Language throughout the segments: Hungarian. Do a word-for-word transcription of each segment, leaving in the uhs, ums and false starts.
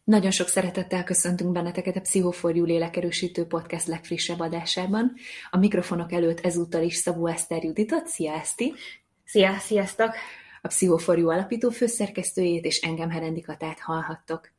Nagyon sok szeretettel köszöntünk benneteket a Pszicho for You lélekerősítő podcast legfrissebb adásában. A mikrofonok előtt ezúttal is Szabó Eszter Juditot. Szia, Eszti! Szia, sziasztok! A Pszicho for You alapító főszerkesztőjét és engem, Herendi Katát hallhattok.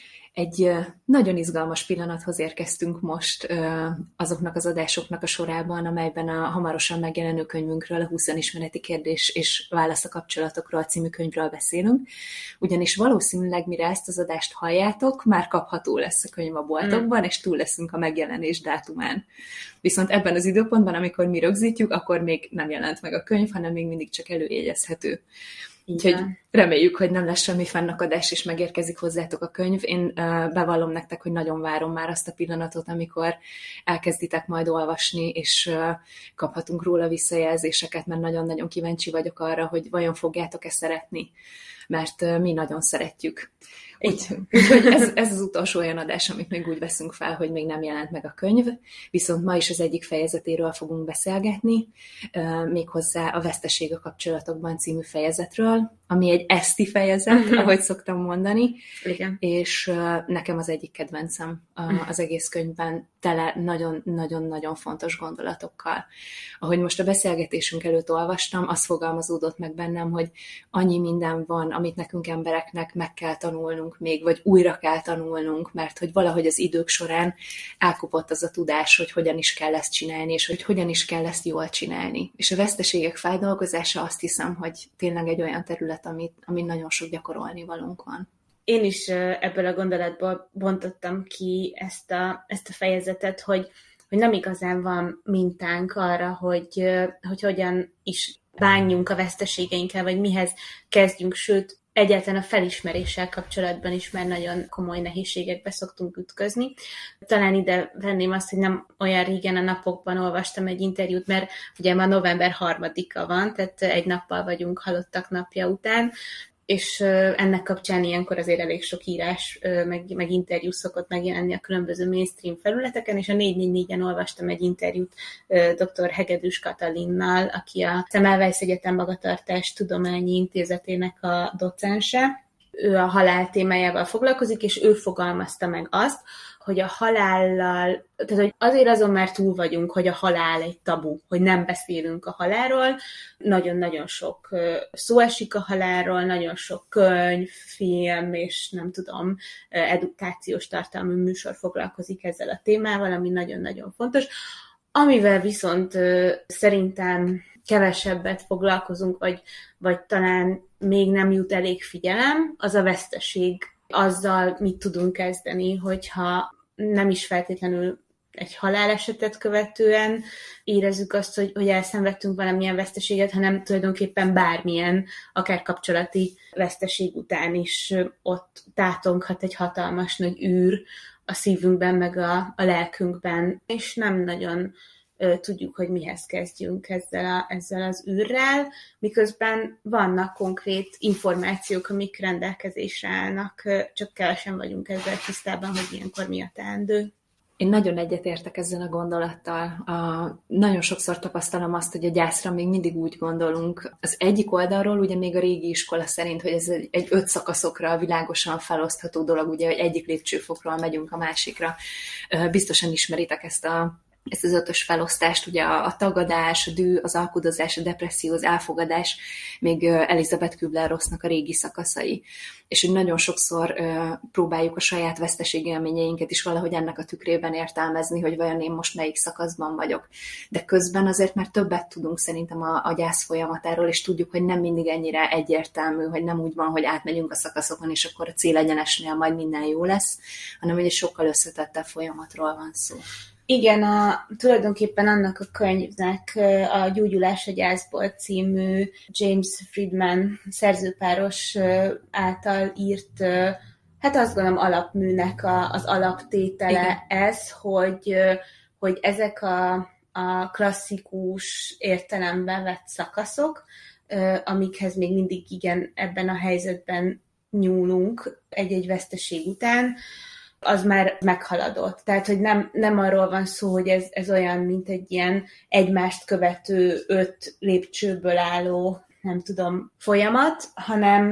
Egy nagyon izgalmas pillanathoz érkeztünk most azoknak az adásoknak a sorában, amelyben a hamarosan megjelenő könyvünkről, a húsz önismereti kérdés és válasz a kapcsolatokról című könyvről beszélünk, ugyanis valószínűleg, mire ezt az adást halljátok, már kapható lesz a könyv a boltokban, mm. és túl leszünk a megjelenés dátumán. Viszont ebben az időpontban, amikor mi rögzítjük, akkor még nem jelent meg a könyv, hanem még mindig csak előjegyezhető. Úgyhogy reméljük, hogy nem lesz semmi fennakadás, és megérkezik hozzátok a könyv. Én uh, bevallom nektek, hogy nagyon várom már azt a pillanatot, amikor elkezditek majd olvasni, és uh, kaphatunk róla visszajelzéseket, mert nagyon-nagyon kíváncsi vagyok arra, hogy vajon fogjátok-e szeretni, mert uh, mi nagyon szeretjük. Úgyhogy úgy, ez, ez az utolsó olyan adás, amit még úgy veszünk fel, hogy még nem jelent meg a könyv, viszont ma is az egyik fejezetéről fogunk beszélgetni, méghozzá a Veszteség a kapcsolatokban című fejezetről, ami egy eszti fejezet, ahogy szoktam mondani, igen. És nekem az egyik kedvencem az egész könyvben, tele nagyon-nagyon-nagyon fontos gondolatokkal. Ahogy most a beszélgetésünk előtt olvastam, az fogalmazódott meg bennem, hogy annyi minden van, amit nekünk embereknek meg kell tanulnunk még, vagy újra kell tanulnunk, mert hogy valahogy az idők során elkopott az a tudás, hogy hogyan is kell ezt csinálni, és hogy hogyan is kell ezt jól csinálni. És a veszteségek feldolgozása, azt hiszem, hogy tényleg egy olyan terület, amit, amit nagyon sok gyakorolni valónk van. Én is ebből a gondolatból bontottam ki ezt a, ezt a fejezetet, hogy, hogy nem igazán van mintánk arra, hogy, hogy hogyan is bánjunk a veszteségeinkkel, vagy mihez kezdjünk, sőt, egyáltalán a felismeréssel kapcsolatban is már nagyon komoly nehézségekbe szoktunk ütközni. Talán ide venném azt, hogy nem olyan régen a napokban olvastam egy interjút, mert ugye már november harmadika van, tehát egy nappal vagyunk halottak napja után, és ennek kapcsán ilyenkor azért elég sok írás, meg, meg interjú szokott megjelenni a különböző mainstream felületeken, és a négy négy négyen olvastam egy interjút dr. Hegedűs Katalinnal, aki a Semmelweis Egyetem Magatartás Tudományi Intézetének a docense. Ő a halál témájával foglalkozik, és ő fogalmazta meg azt, hogy a halállal, tehát hogy azért azon már túl vagyunk, hogy a halál egy tabu, hogy nem beszélünk a halálról. Nagyon-nagyon sok szó esik a halálról, nagyon sok könyv, film, és nem tudom, edukációs tartalmú műsor foglalkozik ezzel a témával, ami nagyon-nagyon fontos. Amivel viszont szerintem kevesebbet foglalkozunk, vagy, vagy talán még nem jut elég figyelem, az a veszteség. Azzal mit tudunk kezdeni, hogyha nem is feltétlenül egy halálesetet követően érezzük azt, hogy, hogy elszenvedtünk valamilyen veszteséget, hanem tulajdonképpen bármilyen, akár kapcsolati veszteség után is ott tátonghat egy hatalmas nagy űr a szívünkben, meg a, a lelkünkben, és nem nagyon tudjuk, hogy mihez kezdjünk ezzel, a, ezzel az űrrel, miközben vannak konkrét információk, amik rendelkezésre állnak, csak kevesen vagyunk ezzel tisztában, hogy ilyenkor mi a teendő. Én nagyon egyetértek ezzel a gondolattal. A, nagyon sokszor tapasztalom azt, hogy a gyászra még mindig úgy gondolunk. Az egyik oldalról ugye még a régi iskola szerint, hogy ez egy, egy öt szakaszokra világosan felosztható dolog, ugye, hogy egyik lépcsőfokról megyünk a másikra. Biztosan ismeritek ezt a ezt az ötös felosztást, ugye a, a tagadás, a dű, az alkudozás, a depresszió, az elfogadás, még Elizabeth Kübler-Rossnak a régi szakaszai. És hogy nagyon sokszor uh, próbáljuk a saját veszteségélményeinket is valahogy ennek a tükrében értelmezni, hogy vajon én most melyik szakaszban vagyok. De közben azért már többet tudunk szerintem a, a gyász folyamatáról, és tudjuk, hogy nem mindig ennyire egyértelmű, hogy nem úgy van, hogy átmegyünk a szakaszokon, és akkor a célegyenesnél majd minden jó lesz, hanem hogy egy sokkal összetettebb folyamatról van szó. Igen, a, tulajdonképpen annak a könyvnek a Gyógyulás a gyászból című James Friedman szerzőpáros által írt, hát azt gondolom alapműnek a, az alaptétele. Igen. Ez, hogy, hogy ezek a, a klasszikus értelemben vett szakaszok, amikhez még mindig igen ebben a helyzetben nyúlunk egy-egy veszteség után, az már meghaladott. Tehát, hogy nem, nem arról van szó, hogy ez, ez olyan, mint egy ilyen egymást követő öt lépcsőből álló, nem tudom, folyamat, hanem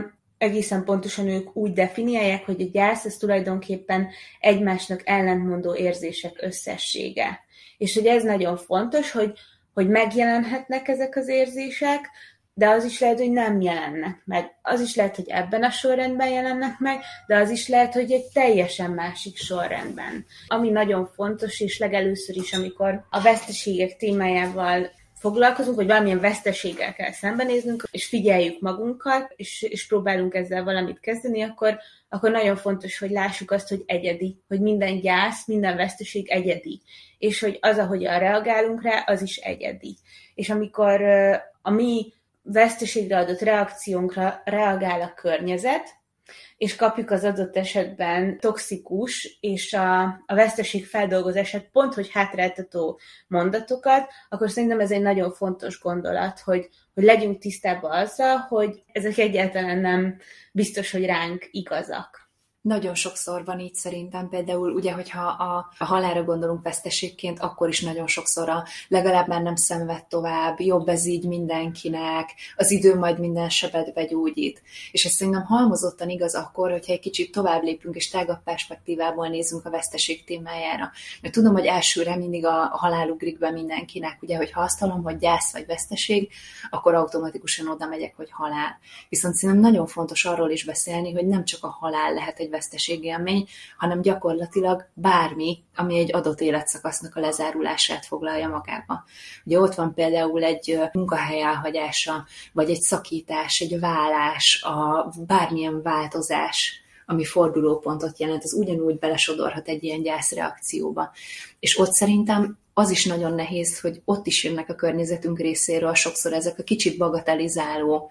egészen pontosan ők úgy definiálják, hogy a gyász az tulajdonképpen egymásnak ellentmondó érzések összessége. És hogy ez nagyon fontos, hogy, hogy megjelenhetnek ezek az érzések, de az is lehet, hogy nem jelennek meg. Az is lehet, hogy ebben a sorrendben jelennek meg, de az is lehet, hogy egy teljesen másik sorrendben. Ami nagyon fontos, és legelőször is, amikor a veszteségek témájával foglalkozunk, vagy valamilyen veszteséggel kell szembenéznünk, és figyeljük magunkat, és, és próbálunk ezzel valamit kezdeni, akkor, akkor nagyon fontos, hogy lássuk azt, hogy egyedi, hogy minden gyász, minden veszteség egyedi, és hogy az, ahogyan reagálunk rá, az is egyedi. És amikor a mi veszteségre adott reakciónkra reagál a környezet, és kapjuk az adott esetben toxikus és a, a veszteség feldolgozását pont, hogy hátráltató mondatokat, akkor szerintem ez egy nagyon fontos gondolat, hogy, hogy legyünk tisztában azzal, hogy ezek egyáltalán nem biztos, hogy ránk igazak. Nagyon sokszor van így szerintem, például ugye, hogyha a, a halálra gondolunk veszteségként, akkor is nagyon sokszor a legalább már nem szenved tovább, jobb ez így mindenkinek, az idő majd minden sebet gyógyít. És ez szerintem halmozottan igaz akkor, hogyha egy kicsit tovább lépünk és tágabb perspektívából nézünk a veszteség témájára. Mert tudom, hogy elsőre mindig a, a halál ugrik be mindenkinek, ugye, hogyha azt hallom, hogy gyász vagy veszteség, akkor automatikusan oda megyek, hogy halál. Viszont szerintem nagyon fontos arról is beszélni, hogy nem csak a halál lehet egy veszteségélmény, hanem gyakorlatilag bármi, ami egy adott életszakasznak a lezárulását foglalja magába. Ugye ott van például egy munkahely elhagyása, vagy egy szakítás, egy válás, a bármilyen változás, ami fordulópontot jelent, az ugyanúgy belesodorhat egy ilyen gyászreakcióba. És ott szerintem az is nagyon nehéz, hogy ott is jönnek a környezetünk részéről sokszor ezek a kicsit bagatelizáló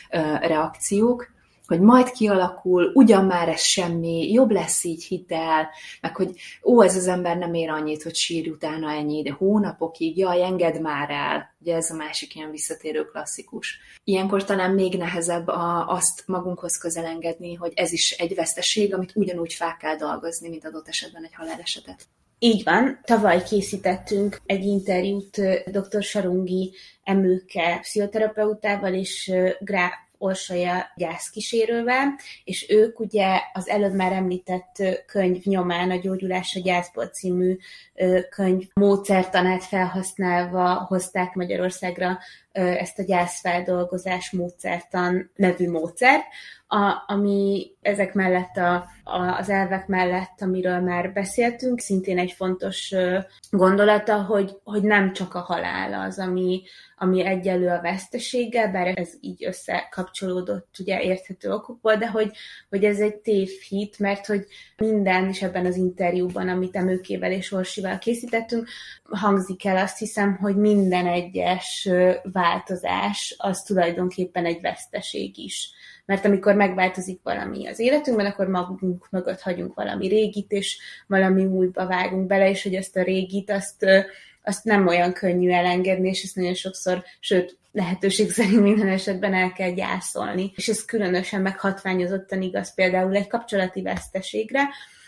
reakciók, hogy majd kialakul, ugyan már ez semmi, jobb lesz így, hidd el, meg hogy ó, ez az ember nem ér annyit, hogy sírj utána ennyi, de hónapokig, jaj, engedd már el. Ugye ez a másik ilyen visszatérő klasszikus. Ilyenkor talán még nehezebb a, azt magunkhoz közel engedni, hogy ez is egy veszteség, amit ugyanúgy fel kell dolgozni, mint adott esetben egy halálesetet. Így van. Tavaly készítettünk egy interjút dr. Sarungi Emőke pszichoterapeutával és Gráf Orsolya gyászkísérővel, és ők ugye az előbb már említett könyv nyomán, a Gyógyulás a gyászból című könyv módszertanát felhasználva hozták Magyarországra ezt a gyászfeldolgozás módszertan nevű módszert, a, ami ezek mellett a, a, az elvek mellett, amiről már beszéltünk, szintén egy fontos gondolata, hogy, hogy nem csak a halál az, ami, ami egyenlő a veszteséggel, bár ez így összekapcsolódott ugye érthető okokból, de hogy, hogy ez egy tévhit, mert hogy minden is ebben az interjúban, amit Emőkével és Orsival készítettünk, hangzik el, azt hiszem, hogy minden egyes változás az tulajdonképpen egy veszteség is. Mert amikor megváltozik valami az életünkben, akkor magunk mögött hagyunk valami régit, és valami újba vágunk bele, és hogy ezt a régit, azt, azt nem olyan könnyű elengedni, és ezt nagyon sokszor, sőt, lehetőség szerint minden esetben el kell gyászolni. És ez különösen meghatványozottan igaz például egy kapcsolati veszteségre,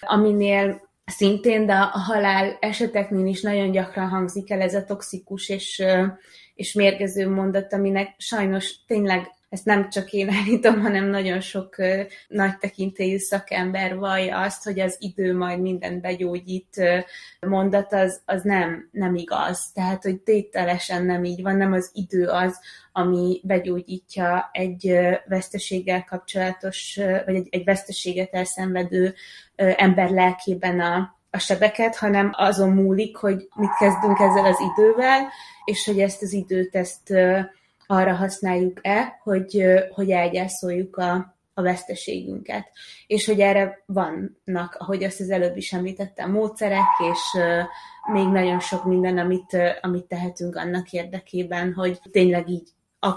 aminél szintén, de a halál eseteknél is nagyon gyakran hangzik el ez a toxikus és, és mérgező mondat, aminek sajnos tényleg ezt nem csak én állítom, hanem nagyon sok uh, nagy tekintélyű szakember vallja azt, hogy az idő majd mindent begyógyít uh, mondat, az, az nem, nem igaz. Tehát, hogy tételesen nem így van, nem az idő az, ami begyógyítja egy uh, veszteséggel kapcsolatos, uh, vagy egy, egy veszteséget elszenvedő uh, ember lelkében a, a sebeket, hanem azon múlik, hogy mit kezdünk ezzel az idővel, és hogy ezt az időt, ezt uh, arra használjuk-e, hogy, hogy elgyászoljuk a, a veszteségünket. És hogy erre vannak, ahogy azt az előbb is említettem, módszerek, és uh, még nagyon sok minden, amit, uh, amit tehetünk annak érdekében, hogy tényleg így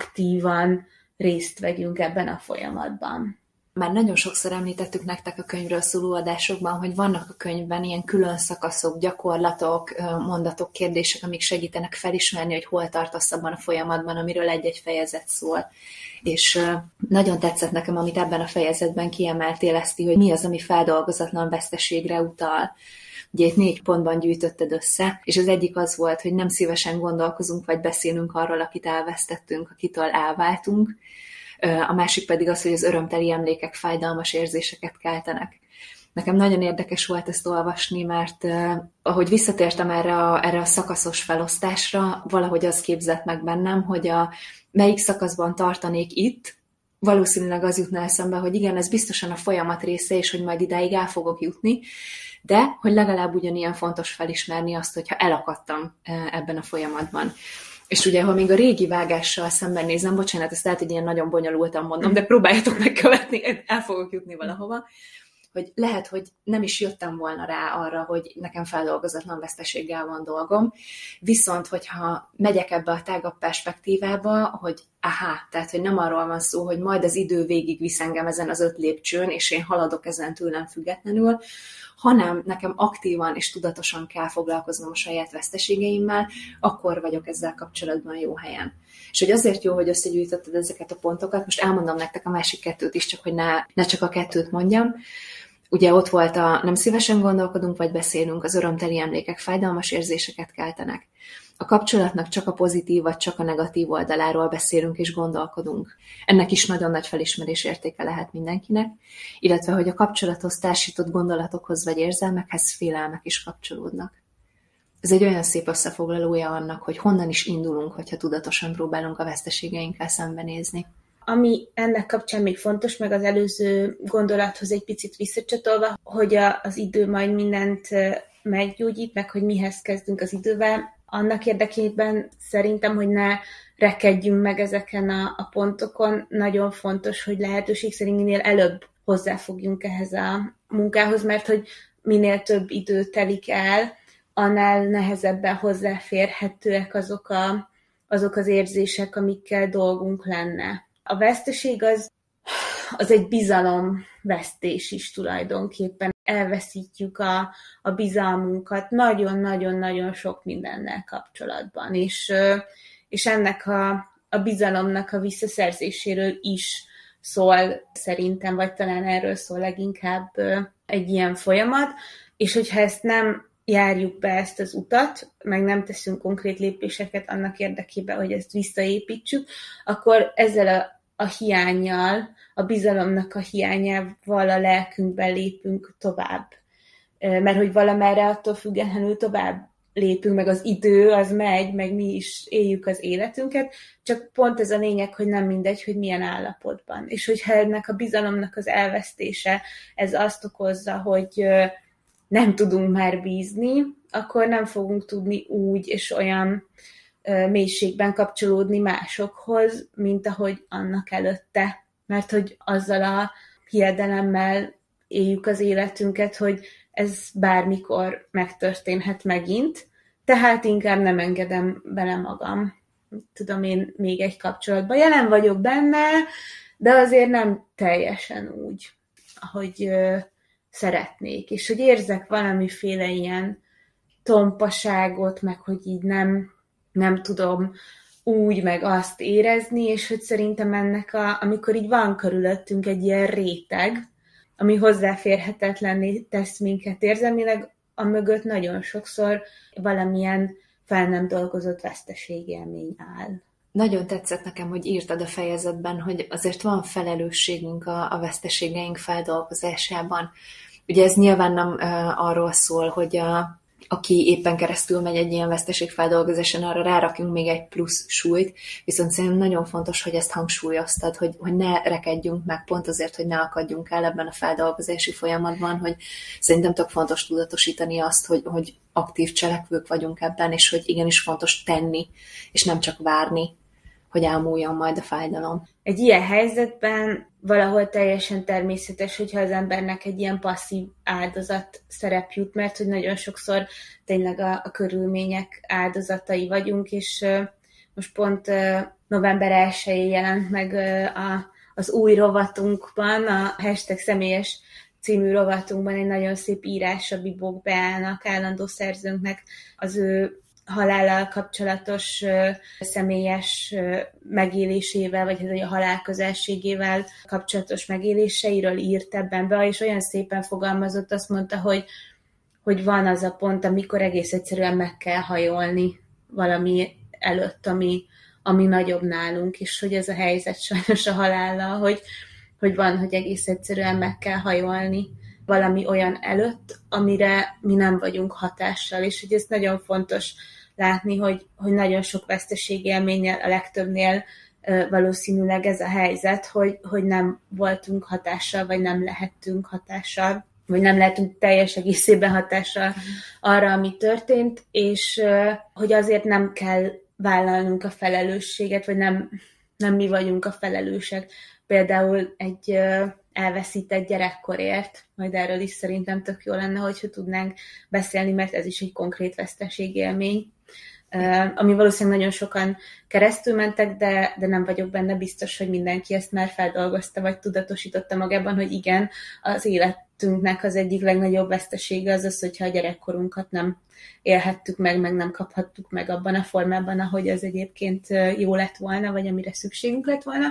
aktívan részt vegyünk ebben a folyamatban. Már nagyon sokszor említettük nektek a könyvről szóló adásokban, hogy vannak a könyvben ilyen külön szakaszok, gyakorlatok, mondatok, kérdések, amik segítenek felismerni, hogy hol tartasz abban a folyamatban, amiről egy-egy fejezet szól. És nagyon tetszett nekem, amit ebben a fejezetben kiemeltél, Eszti, hogy mi az, ami feldolgozatlan veszteségre utal. Ugye itt négy pontban gyűjtötted össze, és az egyik az volt, hogy nem szívesen gondolkozunk, vagy beszélünk arról, akit elvesztettünk, akitől elváltunk. a másik pedig az, hogy az örömteli emlékek fájdalmas érzéseket keltenek. Nekem nagyon érdekes volt ezt olvasni, mert uh, ahogy visszatértem erre a, erre a szakaszos felosztásra, valahogy az képzett meg bennem, hogy a melyik szakaszban tartanék itt, valószínűleg az jutna eszembe, hogy igen, ez biztosan a folyamat része, és hogy majd idáig el fogok jutni, de hogy legalább ugyanilyen fontos felismerni azt, hogyha elakadtam ebben a folyamatban. És ugye, ha még a régi vágással szembenézem, bocsánat, ezt lehet, hogy ilyen nagyon bonyolultan mondom, de próbáljátok megkövetni, el fogok jutni valahova, hogy lehet, hogy nem is jöttem volna rá arra, hogy nekem feldolgozatlan veszteséggel van dolgom, viszont, hogyha megyek ebbe a tágabb perspektívába, hogy aha, tehát, hogy nem arról van szó, hogy majd az idő végig visz engem ezen az öt lépcsőn, és én haladok ezen tőlem függetlenül, hanem nekem aktívan és tudatosan kell foglalkoznom a saját veszteségeimmel, akkor vagyok ezzel kapcsolatban jó helyen. És hogy azért jó, hogy összegyűjtötted ezeket a pontokat, most elmondom nektek a másik kettőt is, csak hogy ne, ne csak a kettőt mondjam. Ugye ott volt a nem szívesen gondolkodunk, vagy beszélünk, az örömteli emlékek fájdalmas érzéseket keltenek. A kapcsolatnak csak a pozitív, vagy csak a negatív oldaláról beszélünk és gondolkodunk. Ennek is nagyon nagy felismerés értéke lehet mindenkinek, illetve hogy a kapcsolathoz társított gondolatokhoz vagy érzelmekhez félelmek is kapcsolódnak. Ez egy olyan szép összefoglalója annak, hogy honnan is indulunk, hogyha tudatosan próbálunk a veszteségeinkkel szembenézni. Ami ennek kapcsán még fontos, meg az előző gondolathoz egy picit visszacsatolva, hogy a, az idő majd mindent meggyógyít, meg hogy mihez kezdünk az idővel, annak érdekében szerintem, hogy ne rekedjünk meg ezeken a, a pontokon. Nagyon fontos, hogy lehetőség szerint minél előbb hozzáfogjunk ehhez a munkához, mert hogy minél több idő telik el, annál nehezebben hozzáférhetőek azok, a, azok az érzések, amikkel dolgunk lenne. A veszteség az, az egy bizalomvesztés is tulajdonképpen. Elveszítjük a, a bizalmunkat nagyon-nagyon-nagyon sok mindennel kapcsolatban, és, és ennek a, a bizalomnak a visszaszerzéséről is szól szerintem, vagy talán erről szól leginkább egy ilyen folyamat, és hogyha ezt nem járjuk be ezt az utat, meg nem teszünk konkrét lépéseket annak érdekében, hogy ezt visszaépítsük, akkor ezzel a, a hiánnyal, a bizalomnak a hiányával a lelkünkben lépünk tovább. Mert hogy valamerre attól függetlenül tovább lépünk, meg az idő az megy, meg mi is éljük az életünket, csak pont ez a lényeg, hogy nem mindegy, hogy milyen állapotban. És hogyha ennek a bizalomnak az elvesztése, ez azt okozza, hogy nem tudunk már bízni, akkor nem fogunk tudni úgy és olyan mélységben kapcsolódni másokhoz, mint ahogy annak előtte. Mert hogy azzal a hiedelemmel éljük az életünket, hogy ez bármikor megtörténhet megint, tehát inkább nem engedem bele magam. Tudom én még egy kapcsolatban. Jelen vagyok benne, de azért nem teljesen úgy, ahogy ö, szeretnék. És hogy érzek valamiféle ilyen tompaságot, meg hogy így nem, nem tudom úgy, meg azt érezni, és hogy szerintem ennek, a, amikor így van körülöttünk egy ilyen réteg, ami hozzáférhetetlenné tesz minket érzelmileg, a mögött nagyon sokszor valamilyen fel nem dolgozott veszteségélmény áll. Nagyon tetszett nekem, hogy írtad a fejezetben, hogy azért van felelősségünk a, a veszteségeink feldolgozásában. Ugye ez nyilván nem uh, arról szól, hogy a aki éppen keresztül megy egy ilyen veszteségfeldolgozáson, arra rárakjunk még egy plusz súlyt, viszont szerintem nagyon fontos, hogy ezt hangsúlyoztad, hogy, hogy ne rekedjünk meg pont azért, hogy ne akadjunk el ebben a feldolgozási folyamatban, hogy szerintem tök fontos tudatosítani azt, hogy, hogy aktív cselekvők vagyunk ebben, és hogy igenis fontos tenni, és nem csak várni, hogy elmúljon majd a fájdalom. Egy ilyen helyzetben valahol teljesen természetes, hogyha az embernek egy ilyen passzív áldozat szerep jut, mert hogy nagyon sokszor tényleg a, a körülmények áldozatai vagyunk, és uh, most pont uh, november elsején jelent meg uh, a, az új rovatunkban, a hashtag személyes című rovatunkban egy nagyon szép írás a Bibók Beának, állandó szerzőnknek az ő halállal kapcsolatos uh, személyes uh, megélésével, vagy a halál közelségével kapcsolatos megéléseiről írt ebben be, és olyan szépen fogalmazott, azt mondta, hogy, hogy van az a pont, amikor egész egyszerűen meg kell hajolni valami előtt, ami, ami nagyobb nálunk, és hogy ez a helyzet sajnos a halállal, hogy, hogy van, hogy egész egyszerűen meg kell hajolni valami olyan előtt, amire mi nem vagyunk hatással, és hogy ez nagyon fontos látni, hogy, hogy nagyon sok veszteségélménnyel, a legtöbbnél valószínűleg ez a helyzet, hogy, hogy nem voltunk hatással, vagy nem lehettünk hatással, vagy nem lehetünk teljes egészében hatással arra, ami történt, és hogy azért nem kell vállalnunk a felelősséget, vagy nem, nem mi vagyunk a felelősek. Például egy elveszített gyerekkorért, majd erről is szerintem tök jó lenne, hogyha tudnánk beszélni, mert ez is egy konkrét veszteségélmény, ami valószínűleg nagyon sokan keresztül mentek, de, de nem vagyok benne biztos, hogy mindenki ezt már feldolgozta, vagy tudatosította magában, hogy igen, az életünknek az egyik legnagyobb vesztesége az az, hogyha a gyerekkorunkat nem élhettük meg, meg nem kaphattuk meg abban a formában, ahogy az egyébként jó lett volna, vagy amire szükségünk lett volna.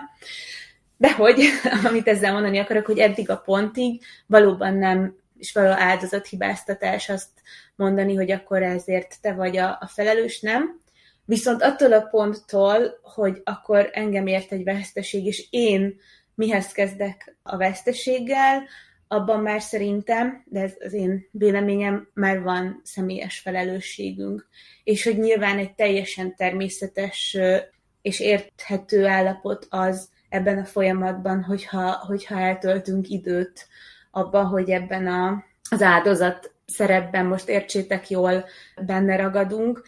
De hogy, amit ezzel mondani akarok, hogy eddig a pontig valóban nem, és való áldozathibáztatás azt mondani, hogy akkor ezért te vagy a, a felelős, nem. Viszont attól a ponttól, hogy akkor engem ért egy veszteség, és én mihez kezdek a veszteséggel, abban már szerintem, de ez az én véleményem, már van személyes felelősségünk. És hogy nyilván egy teljesen természetes és érthető állapot az ebben a folyamatban, hogyha, hogyha eltöltünk időt abban, hogy ebben a, az áldozat szerepben, most értsétek jól, benne ragadunk,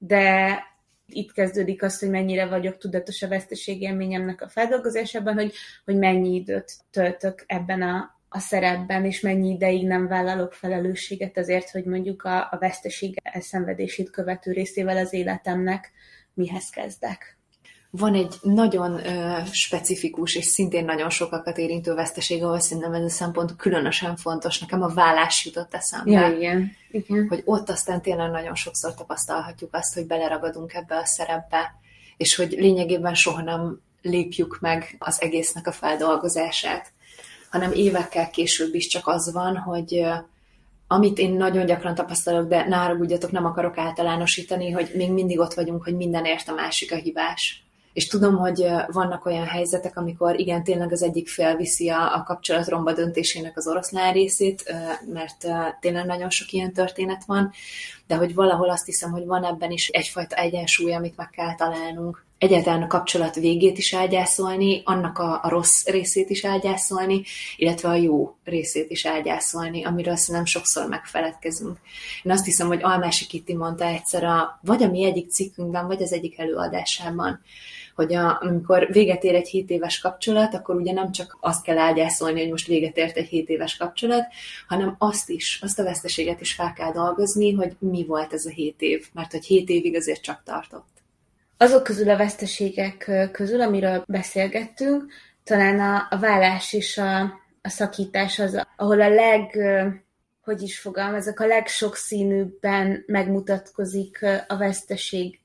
de itt kezdődik az, hogy mennyire vagyok tudatos a veszteségélményemnek a feldolgozásában, hogy, hogy mennyi időt töltök ebben a, a szerepben, és mennyi ideig nem vállalok felelősséget azért, hogy mondjuk a, a veszteség elszenvedését követő részével az életemnek mihez kezdek. Van egy nagyon ö, specifikus és szintén nagyon sokakat érintő veszteség, ahol szerintem ez a szempont különösen fontos. Nekem a vállás jutott eszembe. Ja, igen. igen. Hogy ott aztán tényleg nagyon sokszor tapasztalhatjuk azt, hogy beleragadunk ebbe a szerepbe, és hogy lényegében soha nem lépjük meg az egésznek a feldolgozását, hanem évekkel később is csak az van, hogy ö, amit én nagyon gyakran tapasztalok, de ne haragudjatok, nem akarok általánosítani, hogy még mindig ott vagyunk, hogy mindenért a másik a hibás. És tudom, hogy vannak olyan helyzetek, amikor igen, tényleg az egyik fél viszi a, a kapcsolatromba döntésének az oroszlán részét, mert tényleg nagyon sok ilyen történet van, de hogy valahol azt hiszem, hogy van ebben is egyfajta egyensúly, amit meg kell találnunk. Egyáltalán a kapcsolat végét is elgyászolni, annak a, a rossz részét is elgyászolni, illetve a jó részét is elgyászolni, amiről szerintem sokszor megfeledkezünk. Én azt hiszem, hogy Almási Kitti mondta egyszer, a, vagy a mi egyik cikkünkben, vagy az egyik előadásában, hogy a, amikor véget ér egy hét éves kapcsolat, akkor ugye nem csak azt kell elgyászolni, hogy most véget ért egy hét éves kapcsolat, hanem azt is, azt a veszteséget is fel kell dolgozni, hogy mi volt ez a hét év, mert hogy hét évig azért csak tartott. Azok közül a veszteségek közül, amiről beszélgettünk, talán a, a vállás és a, a szakítás az, ahol a leg, hogy is fogalmazok, a legsokszínűbben megmutatkozik a veszteség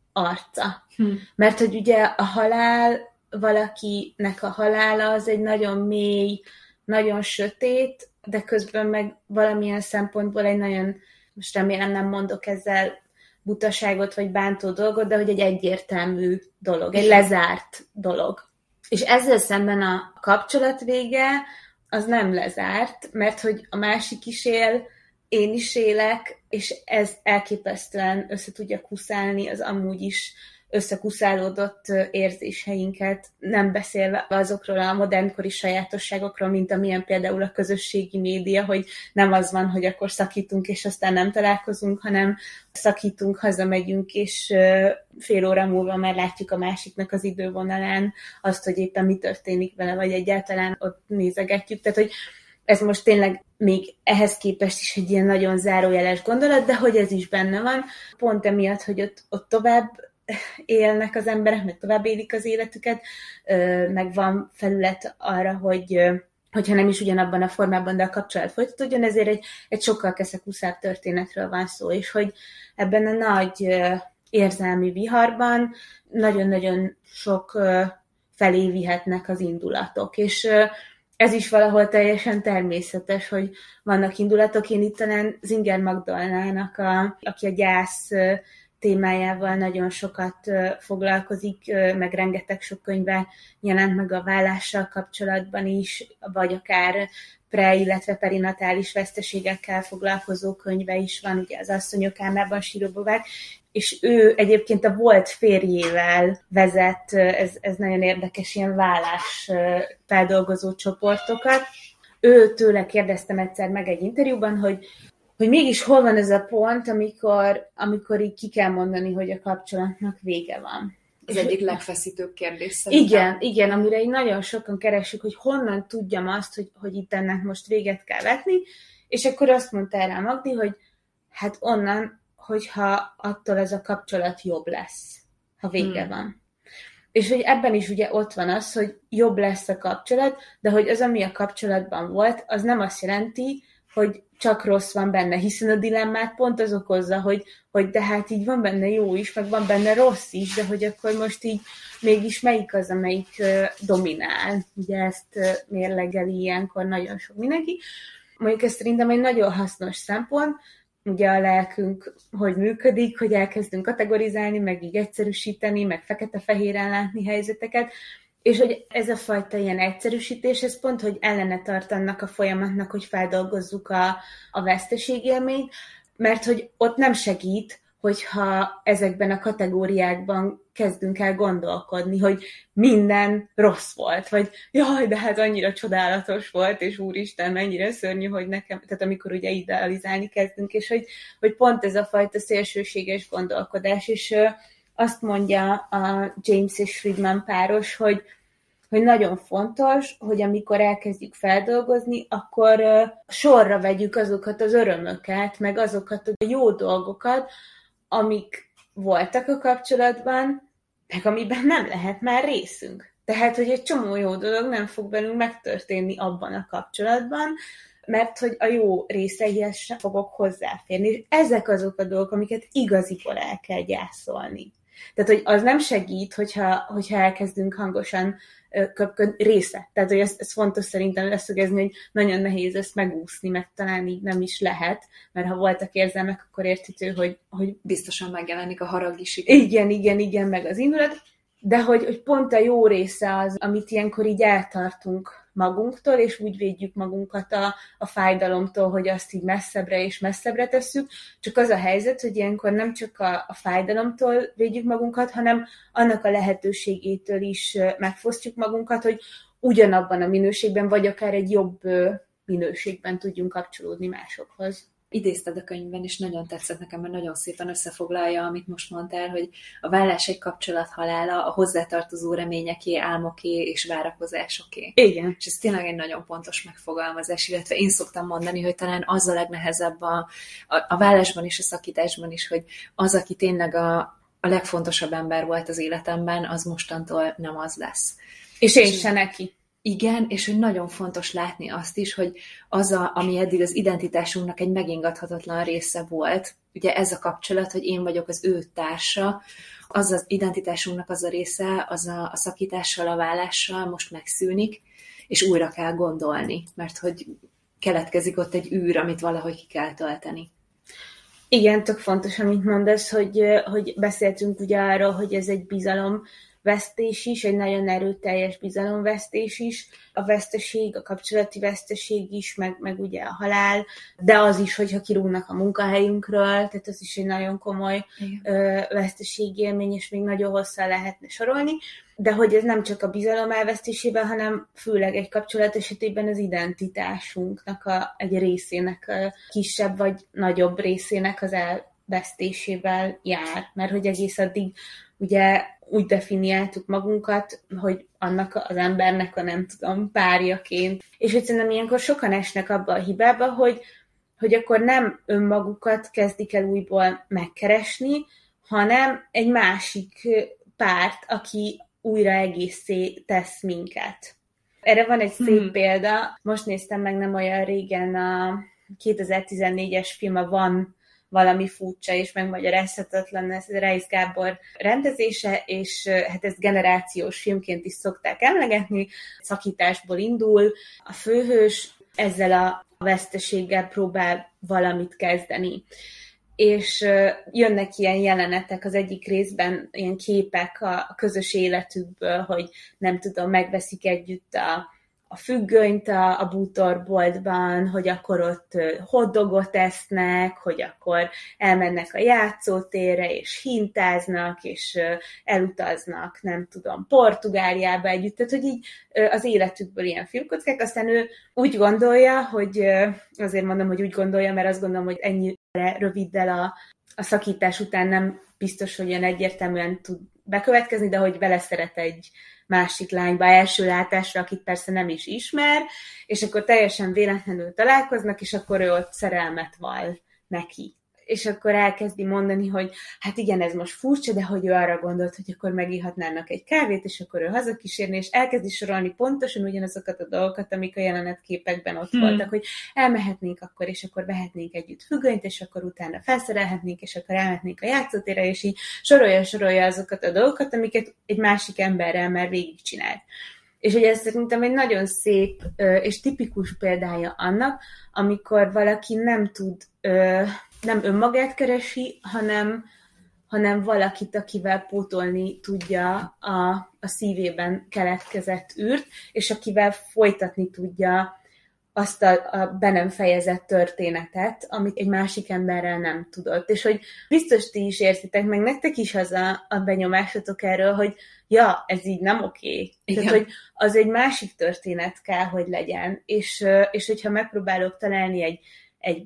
arca. Hm. Mert hogy ugye a halál, valakinek a halála az egy nagyon mély, nagyon sötét, de közben meg valamilyen szempontból egy nagyon, most remélem nem mondok ezzel butaságot vagy bántó dolgot, de hogy egy egyértelmű dolog, egy lezárt dolog. És ezzel szemben a kapcsolat vége az nem lezárt, mert hogy a másik is él, én is élek, és ez elképesztően össze tudja kuszálni az amúgy is összekuszálódott érzéseinket, nem beszélve azokról a modernkori sajátosságokról, mint amilyen például a közösségi média, hogy nem az van, hogy akkor szakítunk, és aztán nem találkozunk, hanem szakítunk, hazamegyünk, és fél óra múlva már látjuk a másiknak az idővonalán azt, hogy éppen mi történik vele, vagy egyáltalán ott nézegetjük. Tehát, hogy ez most tényleg még ehhez képest is egy ilyen nagyon zárójeles gondolat, de hogy ez is benne van, pont emiatt, hogy ott, ott tovább élnek az emberek, meg tovább élik az életüket, meg van felület arra, hogy hogyha nem is ugyanabban a formában, de a kapcsolat folytatódjon, ezért egy, egy sokkal keszekuszább történetről van szó, és hogy ebben a nagy érzelmi viharban nagyon-nagyon sok felé vihetnek az indulatok, és ez is valahol teljesen természetes, hogy vannak indulatok. Én itt talán Zinger Magdolnának, a, aki a gyász témájával nagyon sokat foglalkozik, meg rengeteg sok könyve jelent meg a válással kapcsolatban is, vagy akár pre, illetve perinatális veszteségekkel foglalkozó könyve is van, ugye az Asszonyok álmában síró bogár, és ő egyébként a volt férjével vezet, ez, ez nagyon érdekes, ilyen vállás feldolgozó csoportokat. Ő tőle kérdeztem egyszer meg egy interjúban, hogy hogy mégis hol van ez a pont, amikor, amikor így ki kell mondani, hogy a kapcsolatnak vége van. Ez egyik legfeszítőbb kérdés szerintem. Igen, igen, amire így nagyon sokan keresünk, hogy honnan tudjam azt, hogy, hogy itt ennek most véget kell vetni, és akkor azt mondta rá Magdi, hogy hát onnan, hogyha attól ez a kapcsolat jobb lesz, ha vége hmm. van. És hogy ebben is ugye ott van az, hogy jobb lesz a kapcsolat, de hogy az, ami a kapcsolatban volt, az nem azt jelenti, hogy csak rossz van benne, hiszen a dilemmát pont az okozza, hogy, hogy de hát így van benne jó is, meg van benne rossz is, de hogy akkor most így mégis melyik az, amelyik uh, dominál. Ugye ezt uh, mérlegeli ilyenkor nagyon sok mindenki. Mondjuk ez szerintem egy nagyon hasznos szempont, ugye a lelkünk hogy működik, hogy elkezdünk kategorizálni, meg így egyszerűsíteni, meg fekete-fehéren látni helyzeteket, és hogy ez a fajta ilyen egyszerűsítés, ez pont, hogy ellene tart annak a folyamatnak, hogy feldolgozzuk a, a veszteségélményt, mert hogy ott nem segít, hogyha ezekben a kategóriákban kezdünk el gondolkodni, hogy minden rossz volt, vagy jaj, de hát annyira csodálatos volt, és úristen, mennyire szörnyű, hogy nekem, tehát amikor ugye idealizálni kezdünk, és hogy, hogy pont ez a fajta szélsőséges gondolkodás, és azt mondja a James és Friedman páros, hogy, hogy nagyon fontos, hogy amikor elkezdjük feldolgozni, akkor uh, sorra vegyük azokat az örömöket, meg azokat a jó dolgokat, amik voltak a kapcsolatban, meg amiben nem lehet már részünk. Tehát, hogy egy csomó jó dolog nem fog velünk megtörténni abban a kapcsolatban, mert hogy a jó részeihez sem fogok hozzáférni. És ezek azok a dolgok, amiket igaziból el kell gyászolni. Tehát, hogy az nem segít, hogyha, hogyha elkezdünk hangosan köpködni része. Tehát, hogy ez, ez fontos szerintem leszögezni, hogy nagyon nehéz ezt megúszni, meg talán így nem is lehet, mert ha voltak érzelmek, akkor érthető, hogy, hogy biztosan megjelenik a harag is. Igen, igen, igen, igen meg az indulat, de hogy, hogy pont a jó része az, amit ilyenkor így eltartunk magunktól, és úgy védjük magunkat a, a fájdalomtól, hogy azt így messzebbre és messzebbre tesszük. Csak az a helyzet, hogy ilyenkor nem csak a, a fájdalomtól védjük magunkat, hanem annak a lehetőségétől is megfosztjuk magunkat, hogy ugyanabban a minőségben, vagy akár egy jobb minőségben tudjunk kapcsolódni másokhoz. Idézted a könyvben, és nagyon tetszett nekem, mert nagyon szépen összefoglalja, amit most mondtál, hogy a vállás egy kapcsolat halála a hozzátartozó reményeké, álmoké és várakozásoké. Igen. És ez tényleg egy nagyon pontos megfogalmazás, illetve én szoktam mondani, hogy talán az a legnehezebb a, a, a vállásban és a szakításban is, hogy az, aki tényleg a, a legfontosabb ember volt az életemben, az mostantól nem az lesz. És én se neki. Igen, és hogy nagyon fontos látni azt is, hogy az, a, ami eddig az identitásunknak egy megingathatatlan része volt, ugye ez a kapcsolat, hogy én vagyok az ő társa, az az identitásunknak az a része, az a, a szakítással, a vállással most megszűnik, és újra kell gondolni, mert hogy keletkezik ott egy űr, amit valahogy ki kell tölteni. Igen, tök fontos, amit mondasz, hogy, hogy beszéltünk ugye arról, hogy ez egy bizalom, vesztés is, egy nagyon erőteljes bizalomvesztés is, a veszteség, a kapcsolati veszteség is, meg, meg ugye a halál, de az is, hogyha kirúgnak a munkahelyünkről, tehát az is egy nagyon komoly ö, veszteségélmény, és még nagyon hosszan lehetne sorolni, de hogy ez nem csak a bizalom elvesztésével, hanem főleg egy kapcsolat esetében az identitásunknak a, egy részének, a kisebb vagy nagyobb részének az elvesztésével jár, mert hogy egész addig ugye úgy definiáltuk magunkat, hogy annak az embernek a nem tudom, párjaként. És hogy szerintem ilyenkor sokan esnek abba a hibába, hogy, hogy akkor nem önmagukat kezdik el újból megkeresni, hanem egy másik párt, aki újra egészé tesz minket. Erre van egy szép hmm. példa. Most néztem meg nem olyan régen a kétezer-tizennégyes film, a Van valami furcsa és megmagyarázhatatlan, ez Reisz Gábor rendezése, és hát ezt generációs filmként is szokták emlegetni. Szakításból indul a főhős, ezzel a veszteséggel próbál valamit kezdeni. és jönnek ilyen jelenetek az egyik részben, ilyen képek a, a közös életükből, hogy nem tudom, megveszik együtt a, a függönyt a, a bútorboltban, hogy akkor ott hotdogot esznek, hogy akkor elmennek a játszótérre, és hintáznak, és elutaznak, nem tudom, Portugáliába együtt, tehát hogy így az életükből ilyen filmkockák, aztán ő úgy gondolja, hogy azért mondom, hogy úgy gondolja, mert azt gondolom, hogy ennyire röviddel a, a szakítás után nem biztos, hogy olyan egyértelműen tud bekövetkezni, de hogy beleszeret egy másik lányba első látásra, akit persze nem is ismer, és akkor teljesen véletlenül találkoznak, és akkor ő ott szerelmet val neki. És akkor elkezdi mondani, hogy hát igen, ez most furcsa, de hogy ő arra gondolt, hogy akkor megihatnának egy kávét, és akkor ő hazakísérni, és elkezdi sorolni pontosan ugyanazokat a dolgokat, amik a jelenetképekben ott hmm. voltak, hogy elmehetnénk akkor, és akkor vehetnénk együtt függönyt, és akkor utána felszerelhetnénk, és akkor elmehetnénk a játszótérre, és így sorolja-sorolja azokat a dolgokat, amiket egy másik emberrel már végigcsinált. És ugye ez szerintem egy nagyon szép és tipikus példája annak, amikor valaki nem tud, nem önmagát keresi, hanem, hanem valakit, akivel pótolni tudja a, a szívében keletkezett űrt, és akivel folytatni tudja azt a, a be nem fejezett történetet, amit egy másik emberrel nem tudott. És hogy biztos ti is érzitek, meg nektek is az a, a benyomásotok erről, hogy ja, ez így nem oké. Tehát, hogy az egy másik történet kell, hogy legyen. És, és hogyha megpróbálok találni egy, egy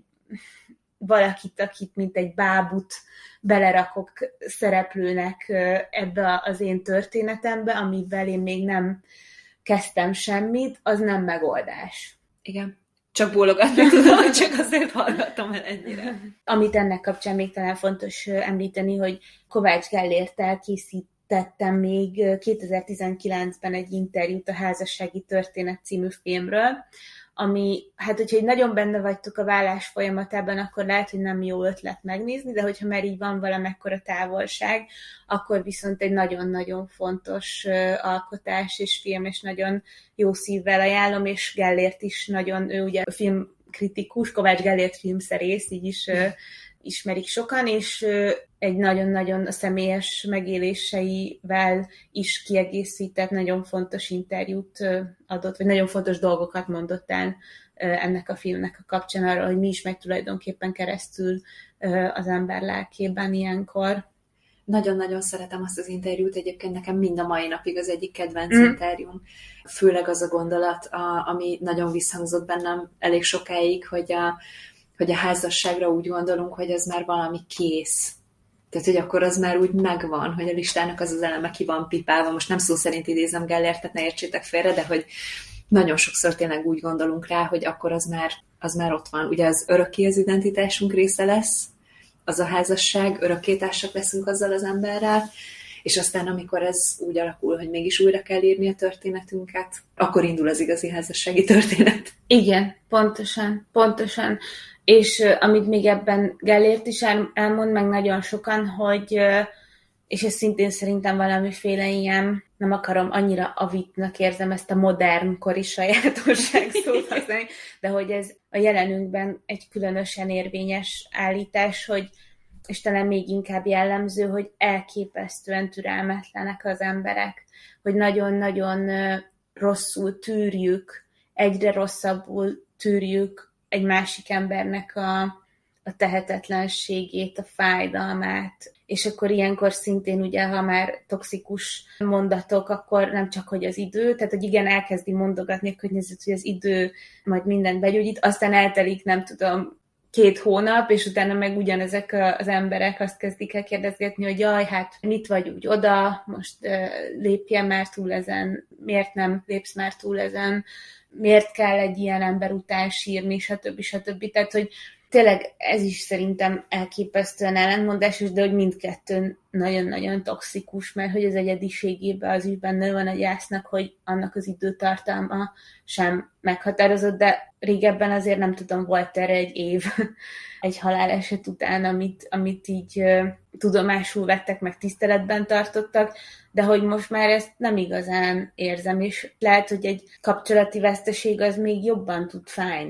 valakit, akit mint egy bábut belerakok szereplőnek ebbe az én történetembe, amivel én még nem kezdtem semmit, az nem megoldás. Igen. Csak bólogatni tudom, hogy csak azért hallgattam el ennyire. Amit ennek kapcsán még talán fontos említeni, hogy Kovács Gellérttel készítettem még kétezer-tizenkilencben egy interjút a Házassági történet című filmről, ami, hát hogyha nagyon benne vagytok a vállás folyamatában, akkor lehet, hogy nem jó ötlet megnézni, de hogyha már így van valamekkora távolság, akkor viszont egy nagyon-nagyon fontos alkotás és film, és nagyon jó szívvel ajánlom, és Gellért is nagyon, ő ugye filmkritikus, Kovács Gellért filmszerész, így is ismerik sokan, és egy nagyon-nagyon a személyes megéléseivel is kiegészített, nagyon fontos interjút adott, vagy nagyon fontos dolgokat mondott el ennek a filmnek a kapcsán arra, hogy mi is meg tulajdonképpen keresztül az ember lelkében ilyenkor. Nagyon-nagyon szeretem azt az interjút, egyébként nekem mind a mai napig az egyik kedvenc mm. interjúm. Főleg az a gondolat, a, ami nagyon visszhangzott bennem elég sokáig, hogy a hogy a házasságra úgy gondolunk, hogy ez már valami kész. Tehát, hogy akkor az már úgy megvan, hogy a listának az az eleme ki van pipálva. Most nem szó szerint idézem Gellertet, ne értsétek félre, de hogy nagyon sokszor tényleg úgy gondolunk rá, hogy akkor az már, az már ott van. Ugye az örökké az identitásunk része lesz, az a házasság, örökké társak leszünk azzal az emberrel, és aztán, amikor ez úgy alakul, hogy mégis újra kell írni a történetünket, akkor indul az igazi házassági történet. Igen, pontosan, pontosan. És uh, amit még ebben Gellért is elmond, meg nagyon sokan, hogy, uh, és ez szintén szerintem valamiféle ilyen, nem akarom, annyira avitnak érzem ezt a modern kori sajátosság szót használni, de hogy ez a jelenünkben egy különösen érvényes állítás, hogy és talán még inkább jellemző, hogy elképesztően türelmetlenek az emberek, hogy nagyon-nagyon rosszul tűrjük, egyre rosszabbul tűrjük egy másik embernek a, a tehetetlenségét, a fájdalmát, és akkor ilyenkor szintén ugye, ha már toxikus mondatok, akkor nem csak, hogy az idő, tehát hogy igen, elkezdi mondogatni a környezet, hogy az idő majd mindent begyógyít, aztán eltelik, nem tudom, két hónap, és utána meg ugyanezek az emberek azt kezdik el kérdezgetni, hogy jaj, hát mit vagy úgy oda, most uh, lépjen már túl ezen, miért nem lépsz már túl ezen, miért kell egy ilyen ember után sírni, stb. stb. Tehát, hogy tényleg ez is szerintem elképesztően ellentmondásos, de hogy mindkettő nagyon-nagyon toxikus, mert hogy az egyediségében az is benne van a gyásznak, hogy annak az időtartalma sem meghatározott, de régebben azért nem tudom, volt erre egy év egy haláleset után, amit, amit így uh, tudomásul vettek, meg tiszteletben tartottak, de hogy most már ezt nem igazán érzem, és lehet, hogy egy kapcsolati veszteség az még jobban tud fájni.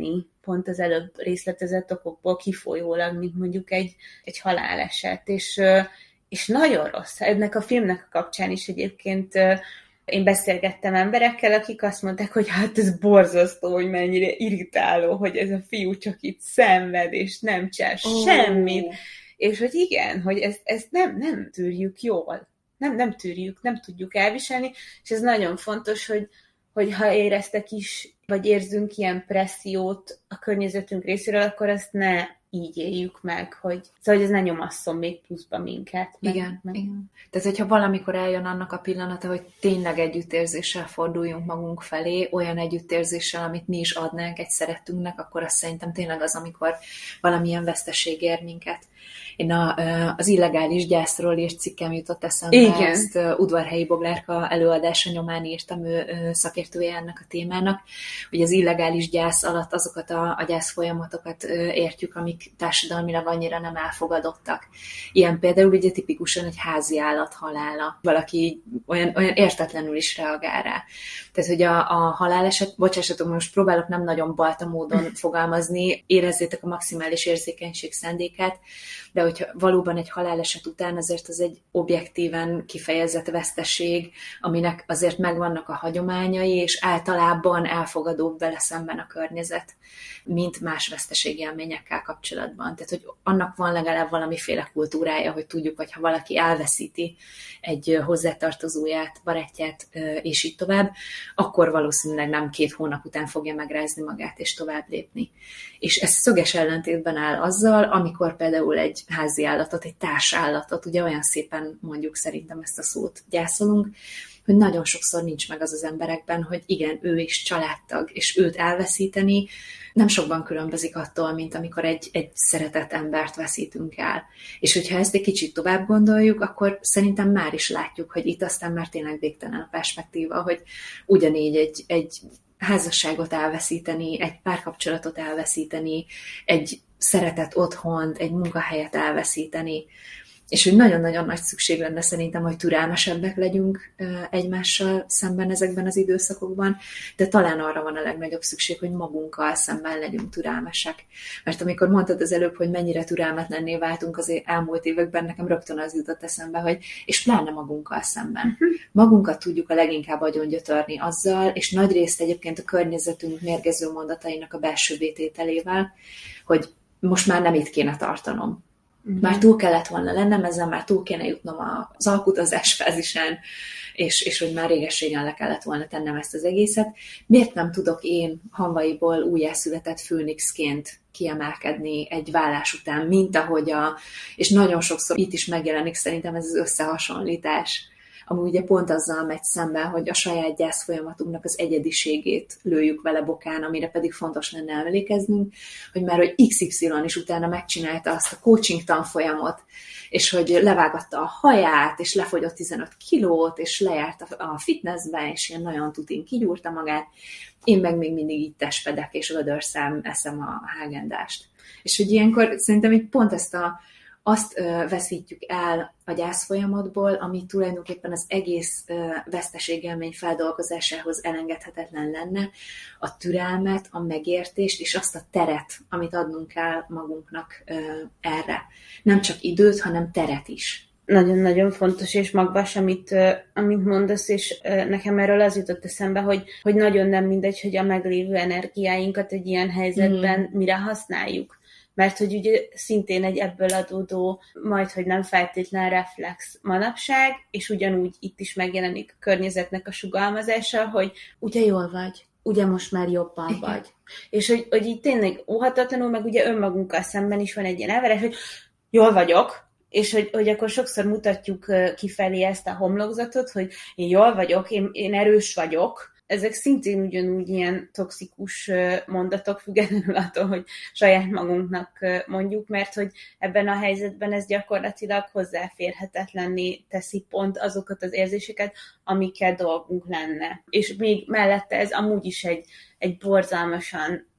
pont az előbb részletezett okokból kifolyólag, mint mondjuk egy, egy haláleset, és, és nagyon rossz. Ennek a filmnek a kapcsán is egyébként én beszélgettem emberekkel, akik azt mondták, hogy hát ez borzasztó, hogy mennyire irritáló, hogy ez a fiú csak itt szenved, és nem csinál oh. semmit. És hogy igen, hogy ezt, ezt nem, nem tűrjük jól. Nem, nem tűrjük, nem tudjuk elviselni, és ez nagyon fontos, hogy, hogy ha éreztek is, vagy érzünk ilyen pressziót a környezetünk részéről, akkor azt ne így éljük meg, hogy, szóval, hogy ez ne nyomasszon még pluszba minket. Meg, igen, meg. igen. Tehát, hogyha valamikor eljön annak a pillanata, hogy tényleg együttérzéssel forduljunk magunk felé, olyan együttérzéssel, amit mi is adnánk egy szerettünknek, akkor azt szerintem tényleg az, amikor valamilyen veszteség ér minket. Én a, az illegális gyászról és cikkem jutott eszembe, igen. Ezt Udvarhelyi Boglárka előadása nyomán írtam, ő szakértője ennek a témának, hogy az illegális gyász alatt azokat a, a gyász folyamatokat értjük, amik társadalmilag annyira nem elfogadottak. Ilyen például ugye tipikusan egy házi állat halála. Valaki olyan, olyan értetlenül is reagál rá. Tehát, hogy a, a haláleset, bocsássatok, most próbálok nem nagyon balta módon fogalmazni, érezzétek a maximális érzékenység szándékát, de hogyha valóban egy haláleset után azért az egy objektíven kifejezett veszteség, aminek azért megvannak a hagyományai, és általában elfogadóbb vele szemben a környezet, mint más veszteségélményekkel kapcsolatban. Tehát, hogy annak van legalább valamiféle kultúrája, hogy tudjuk, hogy ha valaki elveszíti egy hozzátartozóját, barátját, és így tovább, akkor valószínűleg nem két hónap után fogja megrázni magát, és tovább lépni. És ez szöges ellentétben áll azzal, amikor például egy házi állatot, egy társállatot, ugye olyan szépen mondjuk szerintem ezt a szót gyászolunk, hogy nagyon sokszor nincs meg az az emberekben, hogy igen, ő is családtag, és őt elveszíteni nem sokban különbözik attól, mint amikor egy, egy szeretett embert veszítünk el. És hogyha ezt egy kicsit tovább gondoljuk, akkor szerintem már is látjuk, hogy itt aztán már tényleg végtelen a perspektíva, hogy ugyanígy egy, egy házasságot elveszíteni, egy párkapcsolatot elveszíteni, egy szeretett otthont, egy munkahelyet elveszíteni, és hogy nagyon-nagyon nagy szükség lenne szerintem, hogy türelmesebbek legyünk egymással szemben ezekben az időszakokban, de talán arra van a legnagyobb szükség, hogy magunkkal szemben legyünk türelmesek. Mert amikor mondtad az előbb, hogy mennyire türelmetlenné váltunk az elmúlt években, nekem rögtön az jutott eszembe, hogy és pláne magunkkal szemben. Magunkat tudjuk a leginkább agyongyötörni azzal, és nagyrészt egyébként a környezetünk mérgező mondatainak a belső vétételével, hogy most már nem itt kéne tartanom. Már túl kellett volna lennem ezen, már túl kéne jutnom az alkutazás fázisán, és, és hogy már réges-régen le kellett volna tennem ezt az egészet. Miért nem tudok én hamvaiból újjászületett főnixként kiemelkedni egy vállás után, mint ahogy a, és nagyon sokszor itt is megjelenik szerintem ez az összehasonlítás, ami ugye pont azzal megy szembe, hogy a saját gyász folyamatunknak az egyediségét lőjük vele bokán, amire pedig fontos lenne emlékeznünk, hogy már hogy iksz ipszilon is utána megcsinálta azt a coaching tanfolyamot, és hogy levágatta a haját, és lefogyott tizenöt kilót, és lejárt a fitnessbe, és ilyen nagyon tutin kigyúrta magát. Én meg még mindig így testpedek, és vödörszám eszem a hágendást. És hogy ilyenkor szerintem itt pont ezt a azt veszítjük el a gyász folyamatból, ami tulajdonképpen az egész veszteségélmény feldolgozásához elengedhetetlen lenne, a türelmet, a megértést, és azt a teret, amit adnunk kell magunknak erre. Nem csak időt, hanem teret is. Nagyon-nagyon fontos és magvas, amit, amit mondasz, és nekem erről az jutott eszembe, hogy, hogy nagyon nem mindegy, hogy a meglévő energiáinkat egy ilyen helyzetben mm. mire használjuk. Mert hogy ugye szintén egy ebből adódó, majd, hogy nem feltétlen reflex manapság, és ugyanúgy itt is megjelenik a környezetnek a sugalmazása, hogy ugye jól vagy, ugye most már jobban Igen. vagy. És hogy, hogy így tényleg óhatatlanul, meg ugye önmagunkkal szemben is van egy ilyen elvárás, hogy jól vagyok, és hogy, hogy akkor sokszor mutatjuk kifelé ezt a homlokzatot, hogy én jól vagyok, én, én erős vagyok. Ezek szintén ugyanúgy ilyen toxikus mondatok, függetlenül attól, hogy saját magunknak mondjuk, mert hogy ebben a helyzetben ez gyakorlatilag hozzáférhetetlenné teszi pont azokat az érzéseket, amikkel dolgunk lenne. És még mellette ez amúgy is egy, egy borzalmasan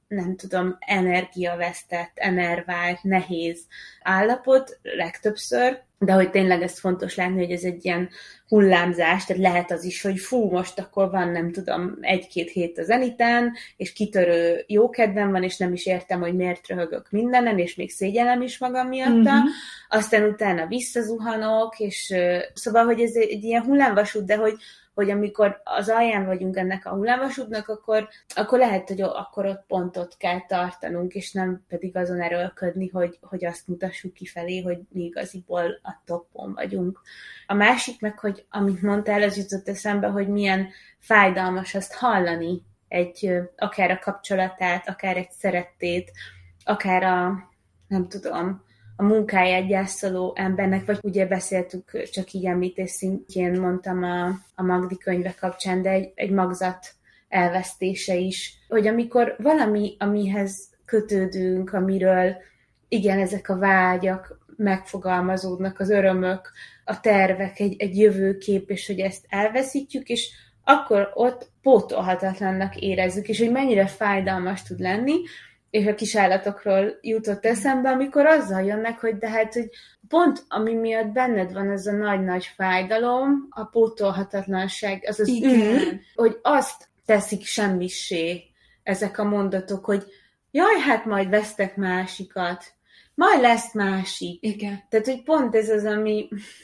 nem tudom, energiavesztett, enervált, nehéz állapot legtöbbször, de hogy tényleg ez fontos látni, hogy ez egy ilyen hullámzás, tehát lehet az is, hogy fú, most akkor van, nem tudom, egy-két hét a zeniten, és kitörő jókedvem van, és nem is értem, hogy miért röhögök mindenen, és még szégyellem is magam miatta, uh-huh. Aztán utána visszazuhanok, és szóval, hogy ez egy ilyen hullámvasút, de hogy hogy amikor az alján vagyunk ennek a hullámvasútnak, akkor, akkor lehet, hogy akkor ott pontot kell tartanunk, és nem pedig azon erőlködni, hogy, hogy azt mutassuk kifelé, hogy mi igaziból a toppon vagyunk. A másik meg, hogy amit mondtál, az jutott eszembe, hogy milyen fájdalmas azt hallani, egy, akár a kapcsolatát, akár egy szerettét, akár a, nem tudom, a munkáját gyászoló embernek, vagy ugye beszéltük, csak így említés szintjén mondtam a, a Magdi könyve kapcsán, de egy, egy magzat elvesztése is, hogy amikor valami, amihez kötődünk, amiről igen, ezek a vágyak megfogalmazódnak, az örömök, a tervek, egy, egy jövőkép, és hogy ezt elveszítjük, és akkor ott pótolhatatlannak érezzük, és hogy mennyire fájdalmas tud lenni, és a kisállatokról jutott eszembe, amikor azzal jönnek, hogy de hát, hogy pont ami miatt benned van ez a nagy-nagy fájdalom, a pótolhatatlanság, az az űr, hogy azt teszik semmissé ezek a mondatok, hogy jaj, hát majd vesztek másikat, majd lesz másik. Igen. Tehát, hogy pont ez az, ami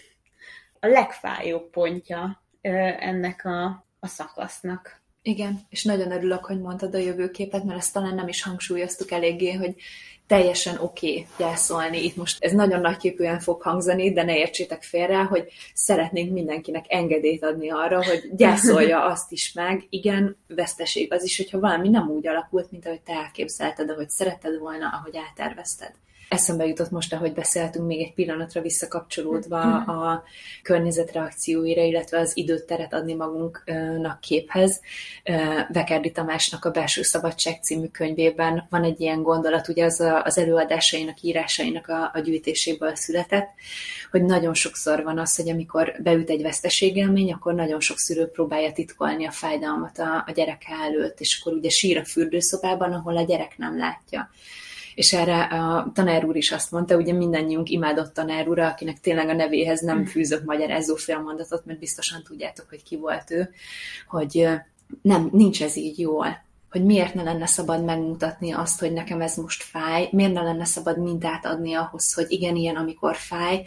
a legfájóbb pontja ennek a, a szakasznak. Igen, és nagyon örülök, hogy mondtad a jövőképet, mert ezt talán nem is hangsúlyoztuk eléggé, hogy teljesen oké okay gyászolni. Itt most ez nagyon nagyképűen fog hangzani, de ne értsétek félre, hogy szeretnénk mindenkinek engedélyt adni arra, hogy gyászolja azt is meg. Igen, veszteség az is, hogyha valami nem úgy alakult, mint ahogy te elképzelted, ahogy szeretted volna, ahogy eltervezted. Eszembe jutott most, ahogy beszéltünk, még egy pillanatra visszakapcsolódva a környezetreakcióira, illetve az időt teret adni magunknak képhez. Vekerdi Tamásnak a Belső Szabadság című könyvében van egy ilyen gondolat, ugye az a, az előadásainak, írásainak a, a gyűjtéséből született, hogy nagyon sokszor van az, hogy amikor beüt egy veszteségélmény, akkor nagyon sok szülő próbálja titkolni a fájdalmat a, a gyereke előtt, és akkor ugye sír a fürdőszobában, ahol a gyerek nem látja. És erre a tanár úr is azt mondta, ugye mindannyiunk imádott tanár úr, akinek tényleg a nevéhez nem fűzök magyarázó félmondatot, mert biztosan tudjátok, hogy ki volt ő, hogy nem, nincs ez így jól. Hogy miért ne lenne szabad megmutatni azt, hogy nekem ez most fáj, miért ne lenne szabad mintát adni ahhoz, hogy igen, ilyen, amikor fáj,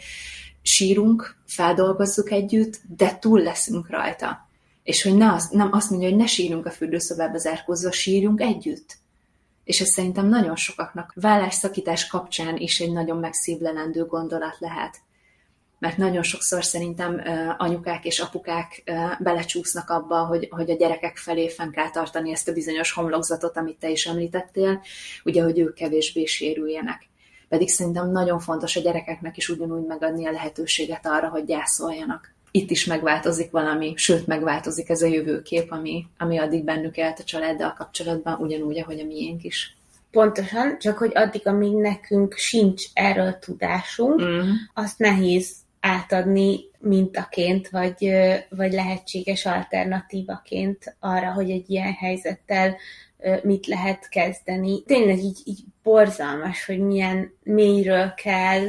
sírunk, feldolgozzuk együtt, de túl leszünk rajta. És hogy ne azt, nem azt mondja, hogy ne sírjunk a fürdőszobába zárkózva, sírjunk együtt. És ez szerintem nagyon sokaknak vállásszakítás kapcsán is egy nagyon megszívlelendő gondolat lehet. Mert nagyon sokszor szerintem anyukák és apukák belecsúsznak abba, hogy, hogy a gyerekek felé fenn kell tartani ezt a bizonyos homlokzatot, amit te is említettél, ugye, hogy ők kevésbé sérüljenek. Pedig szerintem nagyon fontos a gyerekeknek is ugyanúgy megadni a lehetőséget arra, hogy gyászoljanak. Itt is megváltozik valami, sőt megváltozik ez a jövőkép, ami, ami addig bennük élt a családdal kapcsolatban, ugyanúgy, ahogy a miénk is. Pontosan, csak hogy addig, amíg nekünk sincs erről tudásunk, mm. azt nehéz átadni mintaként, vagy, vagy lehetséges alternatívaként arra, hogy egy ilyen helyzettel mit lehet kezdeni. Tényleg így, így borzalmas, hogy milyen mélyről kell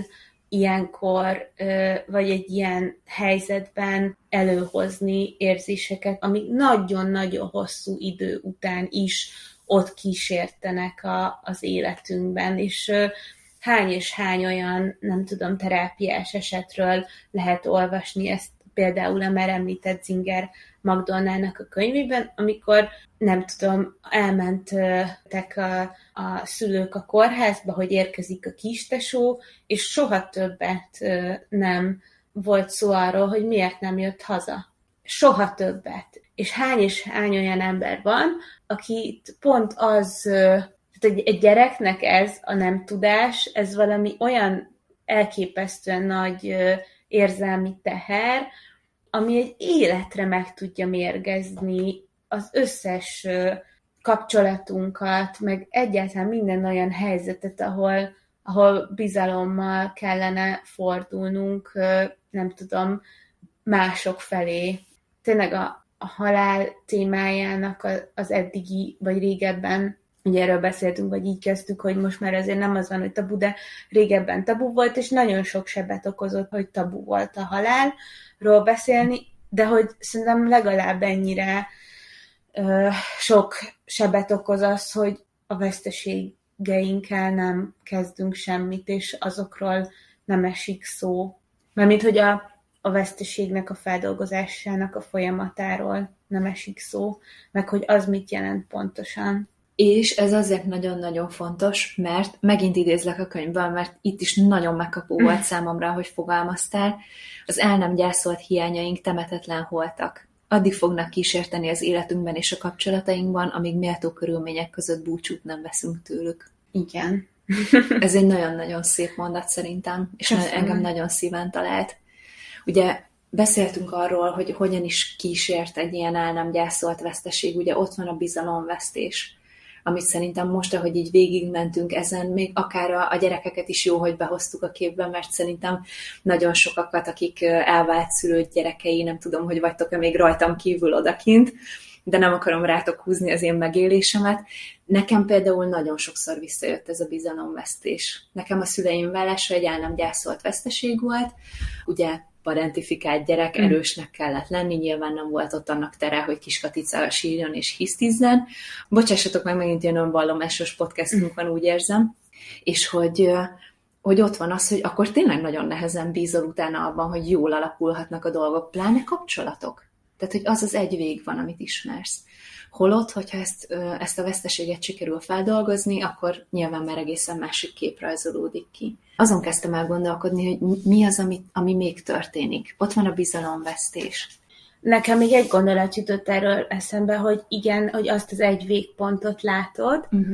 ilyenkor, vagy egy ilyen helyzetben előhozni érzéseket, amik nagyon-nagyon hosszú idő után is ott kísértenek a, az életünkben, és hány és hány olyan, nem tudom, terápiás esetről lehet olvasni, ezt például a már említett Zinger Magdolnának a könyvében, amikor, nem tudom, elmentek a, a szülők a kórházba, hogy érkezik a kistesó, és soha többet nem volt szó arról, hogy miért nem jött haza. Soha többet. És hány és hány olyan ember van, akit pont az, tehát egy, egy gyereknek ez a nem tudás, ez valami olyan elképesztően nagy érzelmi teher, ami egy életre meg tudja mérgezni az összes kapcsolatunkat, meg egyáltalán minden olyan helyzetet, ahol, ahol bizalommal kellene fordulnunk, nem tudom, mások felé. Tényleg a, a halál témájának az eddigi, vagy régebben ugye erről beszéltünk, vagy így kezdtük, hogy most már azért nem az van, hogy tabu, de régebben tabu volt, és nagyon sok sebet okozott, hogy tabu volt a halálról beszélni, de hogy szerintem legalább ennyire ö, sok sebet okoz az, hogy a veszteségeinkkel nem kezdünk semmit, és azokról nem esik szó. Mármint, hogy a, a veszteségnek a feldolgozásának a folyamatáról nem esik szó, meg hogy az mit jelent pontosan. És ez azért nagyon-nagyon fontos, mert megint idézlek a könyvből, mert itt is nagyon megkapó volt számomra, hogy fogalmaztál, az el nem gyászolt hiányaink temetetlen holtak. Addig fognak kísérteni az életünkben és a kapcsolatainkban, amíg méltó körülmények között búcsút nem veszünk tőlük. Igen. Ez egy nagyon-nagyon szép mondat szerintem, és Köszönöm. Engem nagyon szíven talált. Ugye beszéltünk arról, hogy hogyan is kísért egy ilyen el nem gyászolt veszteség, ugye ott van a bizalomvesztés, amit szerintem most, ahogy így végigmentünk ezen, még akár a, a gyerekeket is jó, hogy behoztuk a képbe, mert szerintem nagyon sokakat, akik elvált szülőt gyerekei, nem tudom, hogy vagytok-e még rajtam kívül odakint, de nem akarom rátok húzni az én megélésemet. Nekem például nagyon sokszor visszajött ez a bizalomvesztés. Nekem a szüleim válása egy el nem gyászolt veszteség volt, ugye parentifikált gyerek, erősnek kellett lenni, nyilván nem volt ott annak tere, hogy kiskatica sírjon és hisztizzen. Bocsássatok meg, megint ilyen önvallomásos podcastunk van, úgy érzem. És hogy, hogy ott van az, hogy akkor tényleg nagyon nehezen bízol utána abban, hogy jól alakulhatnak a dolgok, pláne kapcsolatok. Tehát, hogy az az egy vég van, amit ismersz. Holott, hogyha ezt, ezt a veszteséget sikerül feldolgozni, akkor nyilván már egészen másik kép rajzolódik ki. Azon kezdtem el gondolkodni, hogy mi az, ami, ami még történik. Ott van a bizalomvesztés. Nekem még egy gondolat jutott erről eszembe, hogy igen, hogy azt az egy végpontot látod, uh-huh.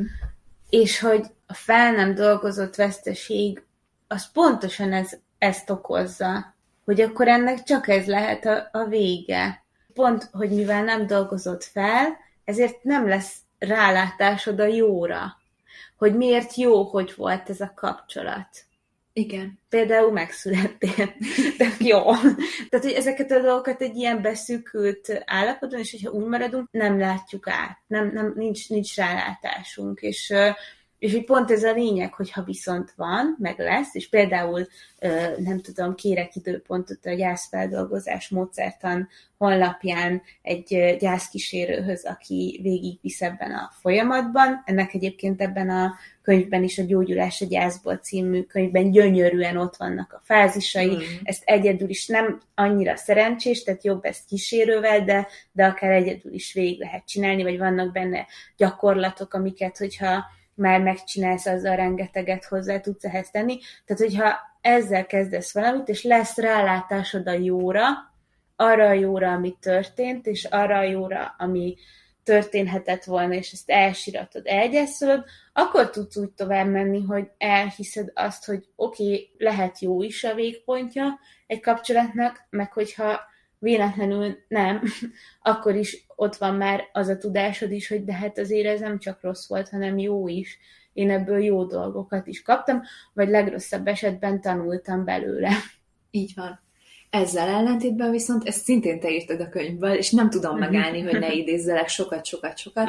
és hogy a fel nem dolgozott veszteség, az pontosan ez, ezt okozza. Hogy akkor ennek csak ez lehet a, a vége. Pont, hogy mivel nem dolgozott fel, ezért nem lesz rálátásod a jóra. Hogy miért jó, hogy volt ez a kapcsolat. Igen. Például megszülettél. De jó. Tehát, hogy ezeket a dolgokat egy ilyen beszűkült állapotban, és hogyha úgy maradunk, nem látjuk át. Nem, nem, nincs, nincs rálátásunk. És... És hogy pont ez a lényeg, hogyha viszont van, meg lesz, és például nem tudom, kérek időpontot a gyászfeldolgozás módszertan honlapján egy gyászkísérőhöz, aki végigvisz ebben a folyamatban. Ennek egyébként ebben a könyvben is, a Gyógyulás a gyászból című könyvben gyönyörűen ott vannak a fázisai. Mm. Ezt egyedül is nem annyira szerencsés, tehát jobb ezt kísérővel, de, de akár egyedül is végig lehet csinálni, vagy vannak benne gyakorlatok, amiket, hogyha már megcsinálsz, azzal rengeteget hozzá tudsz ehhez tenni. Tehát, hogyha ezzel kezdesz valamit, és lesz rálátásod a jóra, arra a jóra, ami történt, és arra a jóra, ami történhetett volna, és ezt elsiratod, elgyászolod, akkor tudsz úgy tovább menni, hogy elhiszed azt, hogy oké, okay, lehet jó is a végpontja egy kapcsolatnak, meg hogyha véletlenül nem, akkor is ott van már az a tudásod is, hogy de hát azért ez nem csak rossz volt, hanem jó is. Én ebből jó dolgokat is kaptam, vagy legrosszabb esetben tanultam belőle. Így van. Ezzel ellentétben viszont ezt szintén te írtad a könyvből, és nem tudom megállni, hogy ne idézzelek sokat, sokat, sokat.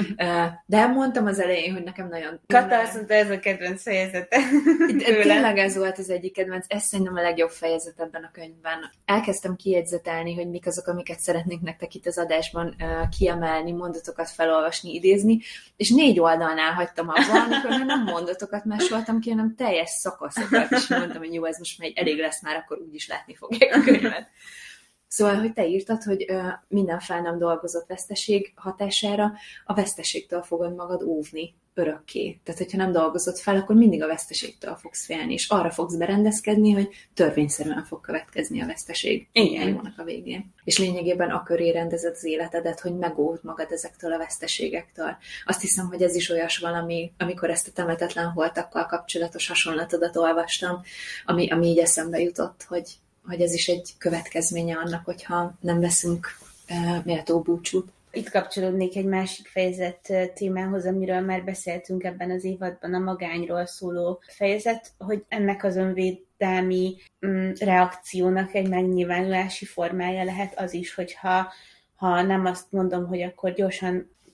De mondtam az elején, hogy nekem nagyon... Kata azt mondta, ez a kedvenc fejezete. Tényleg ez volt az egyik kedvenc, ez szerintem a legjobb fejezet ebben a könyvben. Elkezdtem kijegyzetelni, hogy mik azok, amiket szeretnénk nektek itt az adásban kiemelni, mondatokat felolvasni, idézni, és négy oldalnál hagytam abban, amikor nem mondatokat másoltam ki, hanem teljes szakaszokat, és mondtam, hogy jó, ez most már elég lesz már, akkor úgyis látni fogják a könyvet. Szóval, hogy te írtad, hogy ö, minden fel nem dolgozott veszteség hatására a veszteségtől fogod magad óvni örökké. Tehát, hogyha nem dolgozott fel, akkor mindig a veszteségtől fogsz félni, és arra fogsz berendezkedni, hogy törvényszerűen fog következni a veszteség. Igen. A végén. És lényegében a köré rendezed az életedet, hogy megóvd magad ezektől a veszteségektől. Azt hiszem, hogy ez is olyas valami, amikor ezt a temetetlen holtakkal kapcsolatos hasonlatodat olvastam, ami, ami így eszembe jutott, hogy hogy ez is egy következménye annak, hogyha nem veszünk uh, méltó búcsút. Itt kapcsolódnék egy másik fejezet témához, amiről már beszéltünk ebben az évadban, a magányról szóló fejezet, hogy ennek az önvédelmi mm, reakciónak egy megnyilvánulási formája lehet az is, hogyha ha nem azt mondom, hogy akkor gyorsan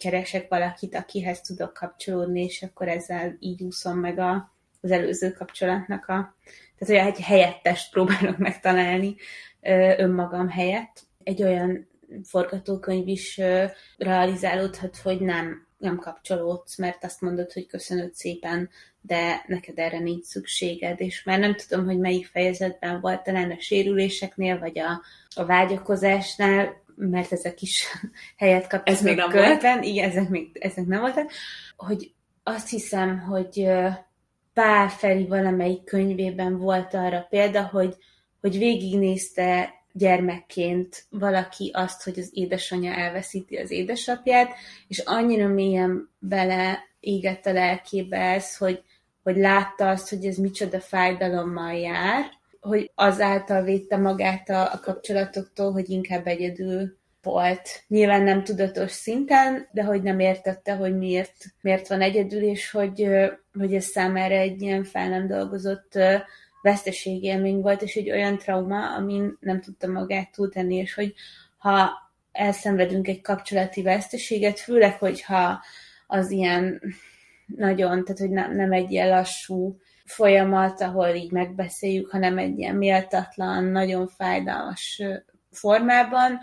keresek valakit, akihez tudok kapcsolódni, és akkor ezzel így úszom meg a, az előző kapcsolatnak a... Tehát, hogy egy helyettest próbálok megtalálni önmagam helyett. Egy olyan forgatókönyv is realizálódhat, hogy nem, nem kapcsolódsz, mert azt mondod, hogy köszönöd szépen, de neked erre nincs szükséged, és már nem tudom, hogy melyik fejezetben volt, talán a sérüléseknél, vagy a, a vágyakozásnál, mert ezek is helyet kaptak. Ez még nem volt? Igen, ezek, még, ezek nem voltak. Hogy azt hiszem, hogy Pál Feri valamelyik könyvében volt arra példa, hogy, hogy végignézte gyermekként valaki azt, hogy az édesanyja elveszíti az édesapját, és annyira mélyen beleégett a lelkébe ez, hogy, hogy látta azt, hogy ez micsoda fájdalommal jár, hogy azáltal védte magát a, a kapcsolatoktól, hogy inkább egyedül volt. Nyilván nem tudatos szinten, de hogy nem értette, hogy miért, miért van egyedül, és hogy, hogy ez számára egy ilyen fel nem dolgozott veszteségélmény volt, és egy olyan trauma, amin nem tudta magát túltenni, és hogy ha elszenvedünk egy kapcsolati veszteséget, főleg, hogyha az ilyen nagyon, tehát hogy nem, nem egy ilyen lassú folyamat, ahol így megbeszéljük, hanem egy ilyen méltatlan, nagyon fájdalmas formában,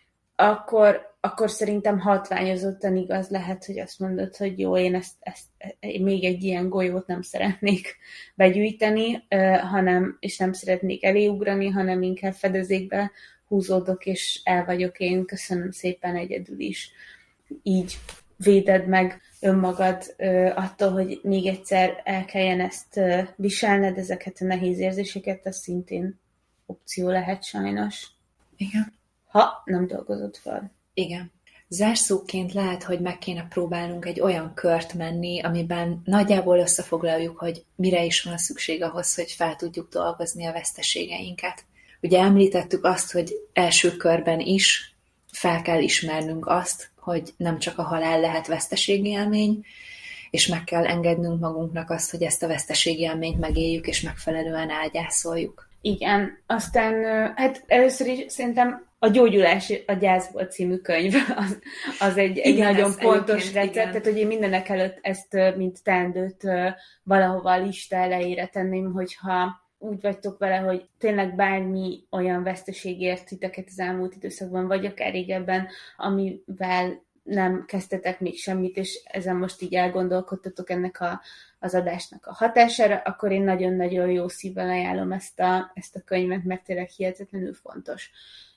akkor, akkor szerintem hatványozottan igaz lehet, hogy azt mondod, hogy jó, én ezt, ezt még egy ilyen golyót nem szeretnék begyűjteni, hanem, és nem szeretnék eléugrani, hanem inkább fedezékbe húzódok, és el vagyok én, köszönöm szépen egyedül is. Így véded meg önmagad attól, hogy még egyszer el kelljen ezt viselned, ezeket a nehéz érzéseket, az szintén opció lehet sajnos. Igen. Ha nem dolgozod fel. Igen. Zárszóként lehet, hogy meg kéne próbálnunk egy olyan kört menni, amiben nagyjából összefoglaljuk, hogy mire is van szükség ahhoz, hogy fel tudjuk dolgozni a veszteségeinket. Ugye említettük azt, hogy első körben is fel kell ismernünk azt, hogy nem csak a halál lehet veszteségélmény, és meg kell engednünk magunknak azt, hogy ezt a veszteségélményt megéljük, és megfelelően elgyászoljuk. Igen, aztán hát először is szerintem a Gyógyulás a gyászból című könyv, az, az egy, egy igen, nagyon pontos recept, tehát hogy én mindenek előtt ezt, mint teendőt valahova a lista elejére tenném, hogyha úgy vagytok vele, hogy tényleg bármi olyan veszteség ért titeket az elmúlt időszakban, vagy akár régebben, amivel nem kezdtetek még semmit, és ezen most így elgondolkodtatok ennek a, az adásnak a hatására, akkor én nagyon-nagyon jó szívvel ajánlom ezt a, ezt a könyvet, mert tényleg hihetetlenül fontos.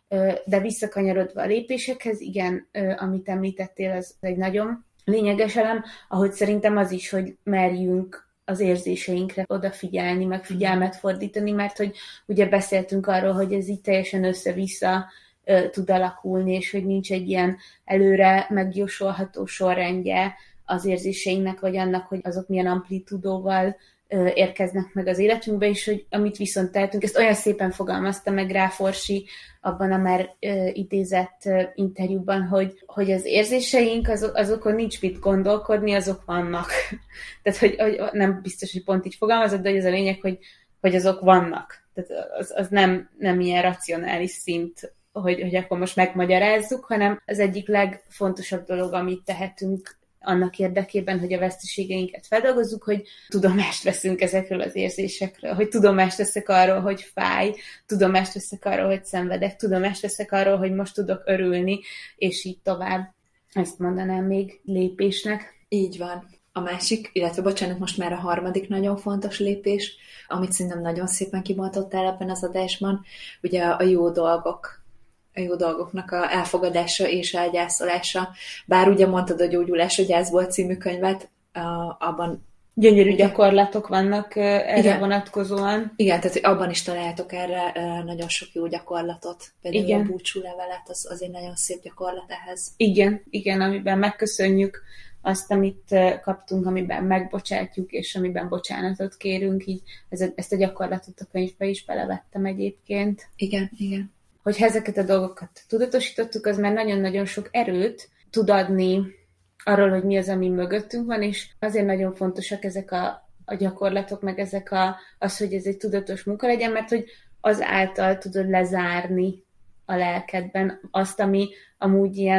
De visszakanyarodva a lépésekhez, igen, amit említettél, az egy nagyon lényeges elem, ahogy szerintem az is, hogy merjünk az érzéseinkre odafigyelni, meg figyelmet fordítani, mert hogy ugye beszéltünk arról, hogy ez így teljesen össze-vissza tud alakulni, és hogy nincs egy ilyen előre megjósolható sorrendje az érzéseinknek, vagy annak, hogy azok milyen amplitudóval érkeznek meg az életünkbe, és hogy amit viszont tehetünk, ezt olyan szépen fogalmazta meg Ráforsi abban a már idézett interjúban, hogy, hogy az érzéseink, azok, azokon nincs mit gondolkodni, azok vannak. Tehát, hogy, hogy nem biztos, hogy pont így fogalmazott, de hogy az a lényeg, hogy, hogy azok vannak. Tehát az, az nem, nem ilyen racionális szint, hogy, hogy akkor most megmagyarázzuk, hanem az egyik legfontosabb dolog, amit tehetünk annak érdekében, hogy a veszteségeinket feldolgozzuk, hogy tudomást veszünk ezekről az érzésekről, hogy tudomást veszek arról, hogy fáj, tudomást veszek arról, hogy szenvedek, tudomást veszek arról, hogy most tudok örülni, és így tovább. Ezt mondanám még lépésnek. Így van. A másik, illetve bocsánat, most már a harmadik nagyon fontos lépés, amit szerintem nagyon szépen kibontottál ebben az adásban, ugye a jó dolgok. a jó dolgoknak a elfogadása és elgyászolása. Bár ugye mondtad a Gyógyulás a gyászból című könyvet, abban gyönyörű gyakorlatok vannak erre igen, vonatkozóan. Igen, tehát abban is találtok erre nagyon sok jó gyakorlatot. Például igen. A búcsúlevelet, az, az egy nagyon szép gyakorlat ehhez. Igen, igen, amiben megköszönjük azt, amit kaptunk, amiben megbocsátjuk, és amiben bocsánatot kérünk. Így ezt a gyakorlatot a könyvbe is belevettem egyébként. Igen, igen. Hogyha ezeket a dolgokat tudatosítottuk, az már nagyon-nagyon sok erőt tud adni arról, hogy mi az, ami mögöttünk van, és azért nagyon fontosak ezek a, a gyakorlatok, meg ezek a, az, hogy ez egy tudatos munka legyen, mert hogy azáltal tudod lezárni a lelkedben azt, ami amúgy ilyen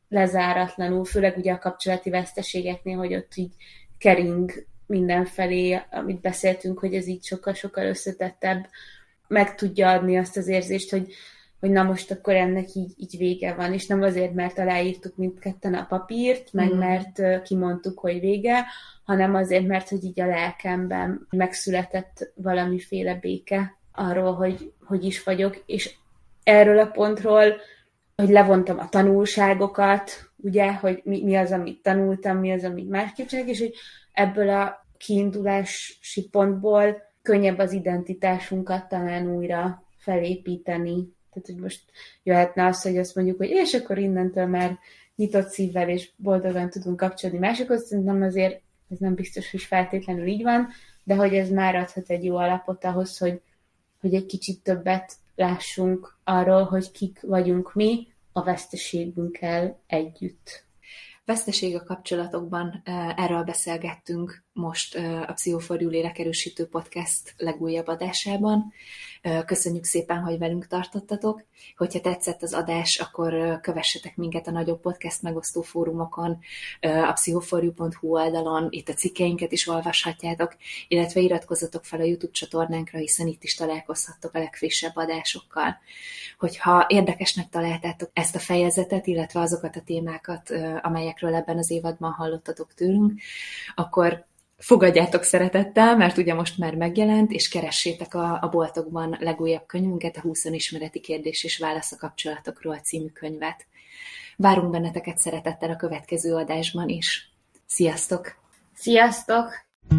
lezáratlanul, főleg ugye a kapcsolati veszteségeknél, hogy ott így kering mindenfelé, amit beszéltünk, hogy ez így sokkal-sokkal összetettebb, meg tudja adni azt az érzést, hogy, hogy na most akkor ennek így, így vége van, és nem azért, mert aláírtuk mindketten a papírt, meg mm. mert kimondtuk, hogy vége, hanem azért, mert hogy így a lelkemben megszületett valamiféle béke arról, hogy hogy is vagyok, és erről a pontról, hogy levontam a tanulságokat, ugye, hogy mi, mi az, amit tanultam, mi az, amit másképp csinálok, és hogy ebből a kiindulási pontból könnyebb az identitásunkat talán újra felépíteni. Tehát, hogy most jöhetne az, hogy azt mondjuk, hogy és akkor innentől már nyitott szívvel és boldogan tudunk kapcsolni másokhoz, szerintem azért ez nem biztos, hogy feltétlenül így van, de hogy ez már adhat egy jó alapot ahhoz, hogy, hogy egy kicsit többet lássunk arról, hogy kik vagyunk mi a veszteségünkkel együtt. Veszteség a kapcsolatokban, erről beszélgettünk most a Pszicho for You lélekerősítő podcast legújabb adásában. Köszönjük szépen, hogy velünk tartottatok. Hogyha tetszett az adás, akkor kövessetek minket a nagyobb podcast megosztó fórumokon, a pszicho for you pont hu oldalon, itt a cikkeinket is olvashatjátok, illetve iratkozzatok fel a YouTube csatornánkra, hiszen itt is találkozhattok a legfrissebb adásokkal. Hogyha érdekesnek találtátok ezt a fejezetet, illetve azokat a témákat, amelyekről ebben az évadban hallottatok tőlünk, akkor fogadjátok szeretettel, mert ugye most már megjelent, és keressétek a, a boltokban legújabb könyvünket, a húsz önismereti kérdés és válasz a kapcsolatokról című könyvet. Várunk benneteket szeretettel a következő adásban is. Sziasztok! Sziasztok!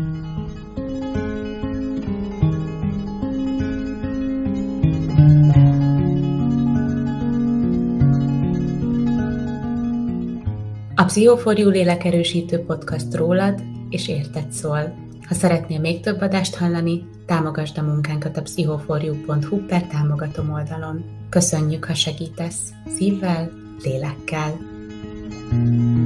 A Pszicho for You lélekerősítő podcast rólad és érted szól. Ha szeretnél még több adást hallani, támogasd a munkánkat a pszicho for you pont hu per támogatom oldalon. Köszönjük, ha segítesz szívvel, lélekkel.